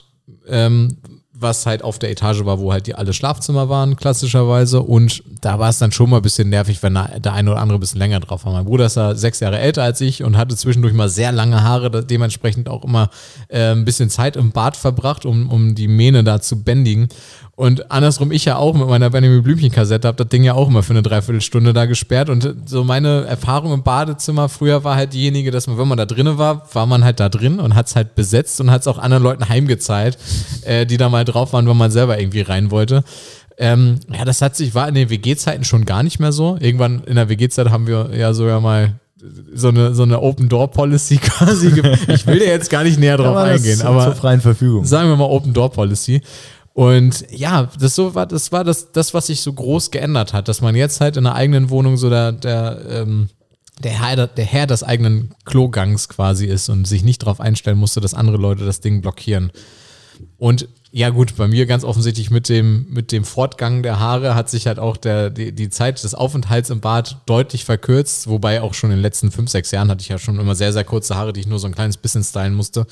was halt auf der Etage war, wo halt alle Schlafzimmer waren, klassischerweise. Und da war es dann schon mal ein bisschen nervig, wenn da der eine oder andere ein bisschen länger drauf war. Mein Bruder ist ja 6 Jahre älter als ich und hatte zwischendurch mal sehr lange Haare, dementsprechend auch immer ein bisschen Zeit im Bad verbracht, um die Mähne da zu bändigen. Und andersrum, ich ja auch mit meiner Benjamin Blümchen-Kassette habe das Ding ja auch immer für eine Dreiviertelstunde da gesperrt. Und so meine Erfahrung im Badezimmer früher war halt diejenige, dass man, wenn man da drinnen war man halt da drin und hat es halt besetzt und hat es auch anderen Leuten heimgezahlt, die da mal drauf waren, wenn man selber irgendwie rein wollte. Das war in den WG-Zeiten schon gar nicht mehr so. Irgendwann in der WG-Zeit haben wir ja sogar mal so eine Open-Door-Policy quasi. Ich will da jetzt gar nicht näher drauf eingehen, aber zur freien Verfügung. Sagen wir mal Open-Door-Policy. Und ja, das war das, was sich so groß geändert hat, dass man jetzt halt in einer eigenen Wohnung so der Herr des eigenen Klogangs quasi ist und sich nicht darauf einstellen musste, dass andere Leute das Ding blockieren. Und ja gut, bei mir ganz offensichtlich mit dem Fortgang der Haare hat sich halt auch die Zeit des Aufenthalts im Bad deutlich verkürzt, wobei auch schon in den letzten 5-6 Jahren hatte ich ja schon immer sehr, sehr kurze Haare, die ich nur so ein kleines bisschen stylen musste.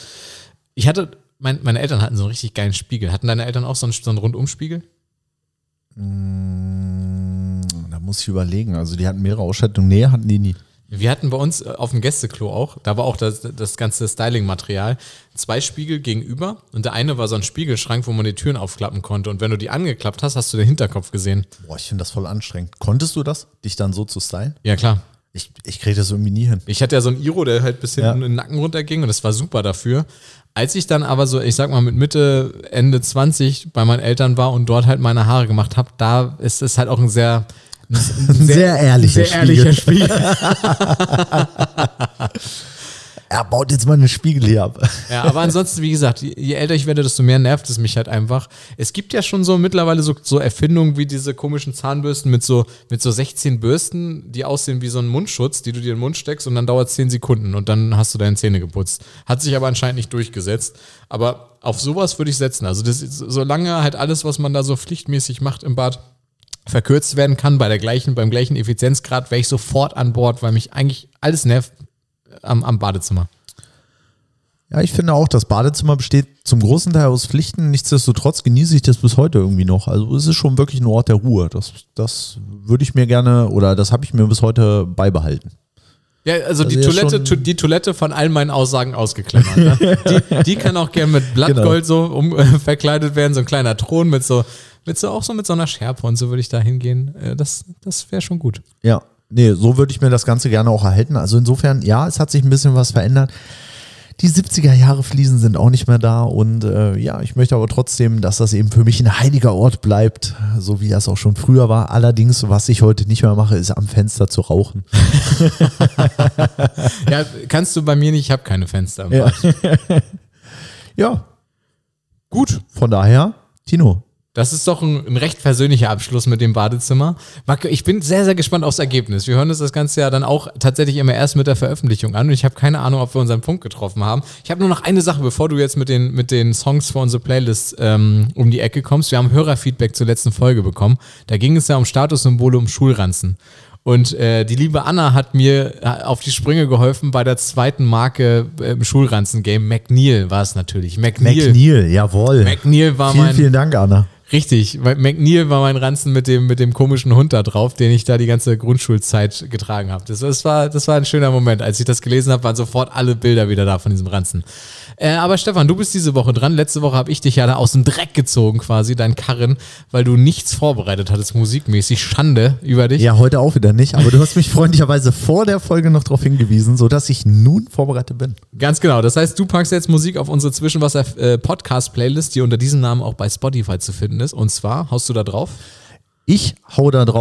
Meine Eltern hatten so einen richtig geilen Spiegel. Hatten deine Eltern auch so einen Rundumspiegel? Da muss ich überlegen. Also die hatten mehrere Ausstattungen. Nee, hatten die nie. Wir hatten bei uns auf dem Gästeklo auch, da war auch das ganze Styling-Material, 2 Spiegel gegenüber und der eine war so ein Spiegelschrank, wo man die Türen aufklappen konnte und wenn du die angeklappt hast, hast du den Hinterkopf gesehen. Boah, ich finde das voll anstrengend. Konntest du das, dich dann so zu stylen? Ja, klar. Ich kriege das irgendwie nie hin. Ich hatte ja so einen Iro, der halt bis hinten in den Nacken runterging und das war super dafür. Als ich dann aber so, ich sag mal mit Mitte, Ende 20 bei meinen Eltern war und dort halt meine Haare gemacht habe, da ist es halt auch ein sehr ehrlicher Spiegel. Er baut jetzt mal einen Spiegel hier ab. Ja, aber ansonsten, wie gesagt, je älter ich werde, desto mehr nervt es mich halt einfach. Es gibt ja schon so mittlerweile so Erfindungen wie diese komischen Zahnbürsten mit so 16 Bürsten, die aussehen wie so ein Mundschutz, die du dir in den Mund steckst und dann dauert es 10 Sekunden und dann hast du deine Zähne geputzt. Hat sich aber anscheinend nicht durchgesetzt. Aber auf sowas würde ich setzen. Also solange halt alles, was man da so pflichtmäßig macht im Bad, verkürzt werden kann beim gleichen Effizienzgrad, wäre ich sofort an Bord, weil mich eigentlich alles nervt am Badezimmer. Ja, ich finde auch, das Badezimmer besteht zum großen Teil aus Pflichten. Nichtsdestotrotz genieße ich das bis heute irgendwie noch. Also es ist schon wirklich ein Ort der Ruhe. Das würde ich mir gerne, oder das habe ich mir bis heute beibehalten. Ja, also die Toilette von all meinen Aussagen ausgeklammert. Ne? Die kann auch gerne mit Blattgold so verkleidet werden, so ein kleiner Thron mit so einer Schärpe und so würde ich da hingehen. Das wäre schon gut. Ja, nee, so würde ich mir das Ganze gerne auch erhalten. Also insofern, ja, es hat sich ein bisschen was verändert. Die 70er-Jahre-Fliesen sind auch nicht mehr da und ich möchte aber trotzdem, dass das eben für mich ein heiliger Ort bleibt, so wie das auch schon früher war. Allerdings, was ich heute nicht mehr mache, ist am Fenster zu rauchen. Ja, kannst du bei mir nicht, ich habe keine Fenster. Ja, gut, von daher, Tino. Das ist doch ein recht persönlicher Abschluss mit dem Badezimmer. Ich bin sehr, sehr gespannt aufs Ergebnis. Wir hören uns das Ganze ja dann auch tatsächlich immer erst mit der Veröffentlichung an und ich habe keine Ahnung, ob wir unseren Punkt getroffen haben. Ich habe nur noch eine Sache, bevor du jetzt mit den Songs für unsere Playlist um die Ecke kommst. Wir haben Hörerfeedback zur letzten Folge bekommen. Da ging es ja um Statussymbole, um Schulranzen. Und die liebe Anna hat mir auf die Sprünge geholfen bei der zweiten Marke im Schulranzen-Game. McNeil war es natürlich. McNeil, jawohl. McNeil war Vielen Dank, Anna. Richtig, weil McNeil war mein Ranzen mit dem komischen Hund da drauf, den ich da die ganze Grundschulzeit getragen habe. Das war ein schöner Moment. Als ich das gelesen habe, waren sofort alle Bilder wieder da von diesem Ranzen. Aber Stefan, du bist diese Woche dran. Letzte Woche habe ich dich ja da aus dem Dreck gezogen quasi, dein Karren, weil du nichts vorbereitet hattest, musikmäßig. Schande über dich. Ja, heute auch wieder nicht, aber du hast mich freundlicherweise vor der Folge noch darauf hingewiesen, sodass ich nun vorbereitet bin. Ganz genau. Das heißt, du packst jetzt Musik auf unsere Zwischenwasser-Podcast-Playlist, die unter diesem Namen auch bei Spotify zu finden ist. Und zwar, haust du da drauf? Ich hau da drauf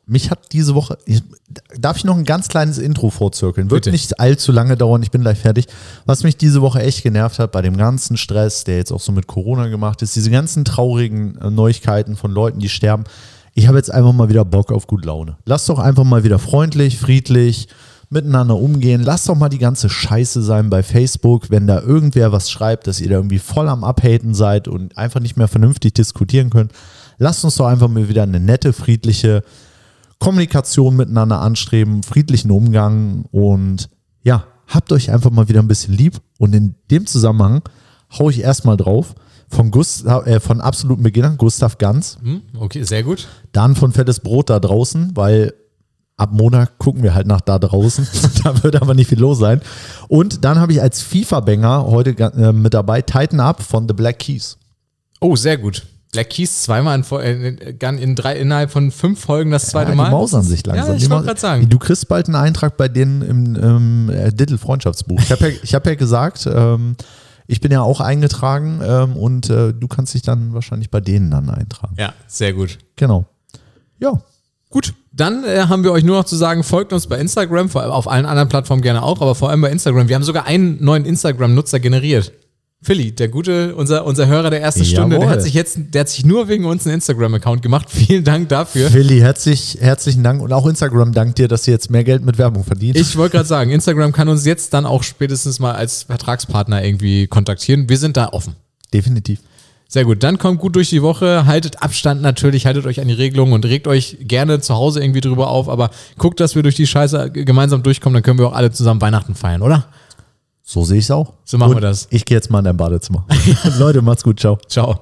mich hat diese Woche, darf ich noch ein ganz kleines Intro vorzirkeln? Wird Bitte. nicht allzu lange dauern, ich bin gleich fertig. Was mich diese Woche echt genervt hat, bei dem ganzen Stress, der jetzt auch so mit Corona gemacht ist, diese ganzen traurigen Neuigkeiten von Leuten, die sterben. Ich habe jetzt einfach mal wieder Bock auf gute Laune. Lasst doch einfach mal wieder freundlich, friedlich miteinander umgehen. Lasst doch mal die ganze Scheiße sein bei Facebook, wenn da irgendwer was schreibt, dass ihr da irgendwie voll am Abhaten seid und einfach nicht mehr vernünftig diskutieren könnt. Lasst uns doch einfach mal wieder eine nette, friedliche Kommunikation miteinander anstreben, friedlichen Umgang und ja, habt euch einfach mal wieder ein bisschen lieb. Und in dem Zusammenhang hau ich erstmal drauf von absoluten Beginnern, Gustav Ganz. Okay, sehr gut. Dann von Fettes Brot da draußen, weil ab Montag gucken wir halt nach da draußen. Da wird aber nicht viel los sein. Und dann habe ich als FIFA-Banger heute mit dabei Tighten Up von The Black Keys. Oh, sehr gut. Black Keys zweimal innerhalb von 5 Folgen das zweite Mal. Die mausern sich langsam. Ja, ich wollte gerade sagen. Du kriegst bald einen Eintrag bei denen im Diddle-Freundschaftsbuch. Ich hab ja gesagt, ich bin ja auch eingetragen und du kannst dich dann wahrscheinlich bei denen dann eintragen. Ja, sehr gut. Genau. Ja. Gut, dann haben wir euch nur noch zu sagen, folgt uns bei Instagram, vor allem auf allen anderen Plattformen gerne auch, aber vor allem bei Instagram. Wir haben sogar einen neuen Instagram-Nutzer generiert. Philly, der gute, unser Hörer der ersten Stunde, der hat sich nur wegen uns einen Instagram-Account gemacht. Vielen Dank dafür. Philly, herzlichen Dank und auch Instagram dankt dir, dass ihr jetzt mehr Geld mit Werbung verdient. Ich wollte gerade sagen, Instagram kann uns jetzt dann auch spätestens mal als Vertragspartner irgendwie kontaktieren. Wir sind da offen. Definitiv. Sehr gut, dann kommt gut durch die Woche, haltet Abstand natürlich, haltet euch an die Regelungen und regt euch gerne zu Hause irgendwie drüber auf, aber guckt, dass wir durch die Scheiße gemeinsam durchkommen, dann können wir auch alle zusammen Weihnachten feiern, oder? So sehe ich es auch. So machen wir das. Ich gehe jetzt mal in dein Badezimmer. Leute, macht's gut, ciao. Ciao.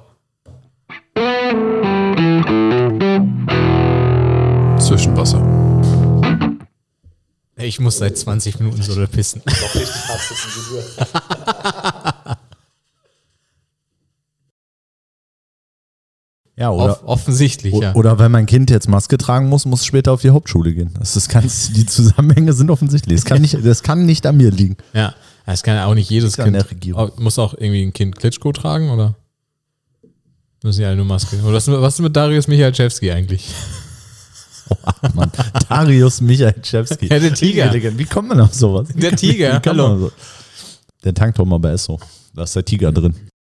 Zwischenwasser. Ich muss seit 20 Minuten so pissen. Doch richtig hart pissen. Ja, oder, offensichtlich, ja. Oder wenn mein Kind jetzt Maske tragen muss es später auf die Hauptschule gehen. Die Zusammenhänge sind offensichtlich. Das kann nicht an mir liegen. Ja, das kann ja auch nicht jedes Kind. Der Regierung. Muss auch irgendwie ein Kind Klitschko tragen, oder? Müssen ja alle nur Maske. Oder was ist mit Darius Michalczewski eigentlich? Oh, Mann. Darius Michalczewski. Ja, der Tiger. Wie kommt man auf sowas? Der Tiger, hallo. Der tankt doch mal bei Esso. Da ist der Tiger drin.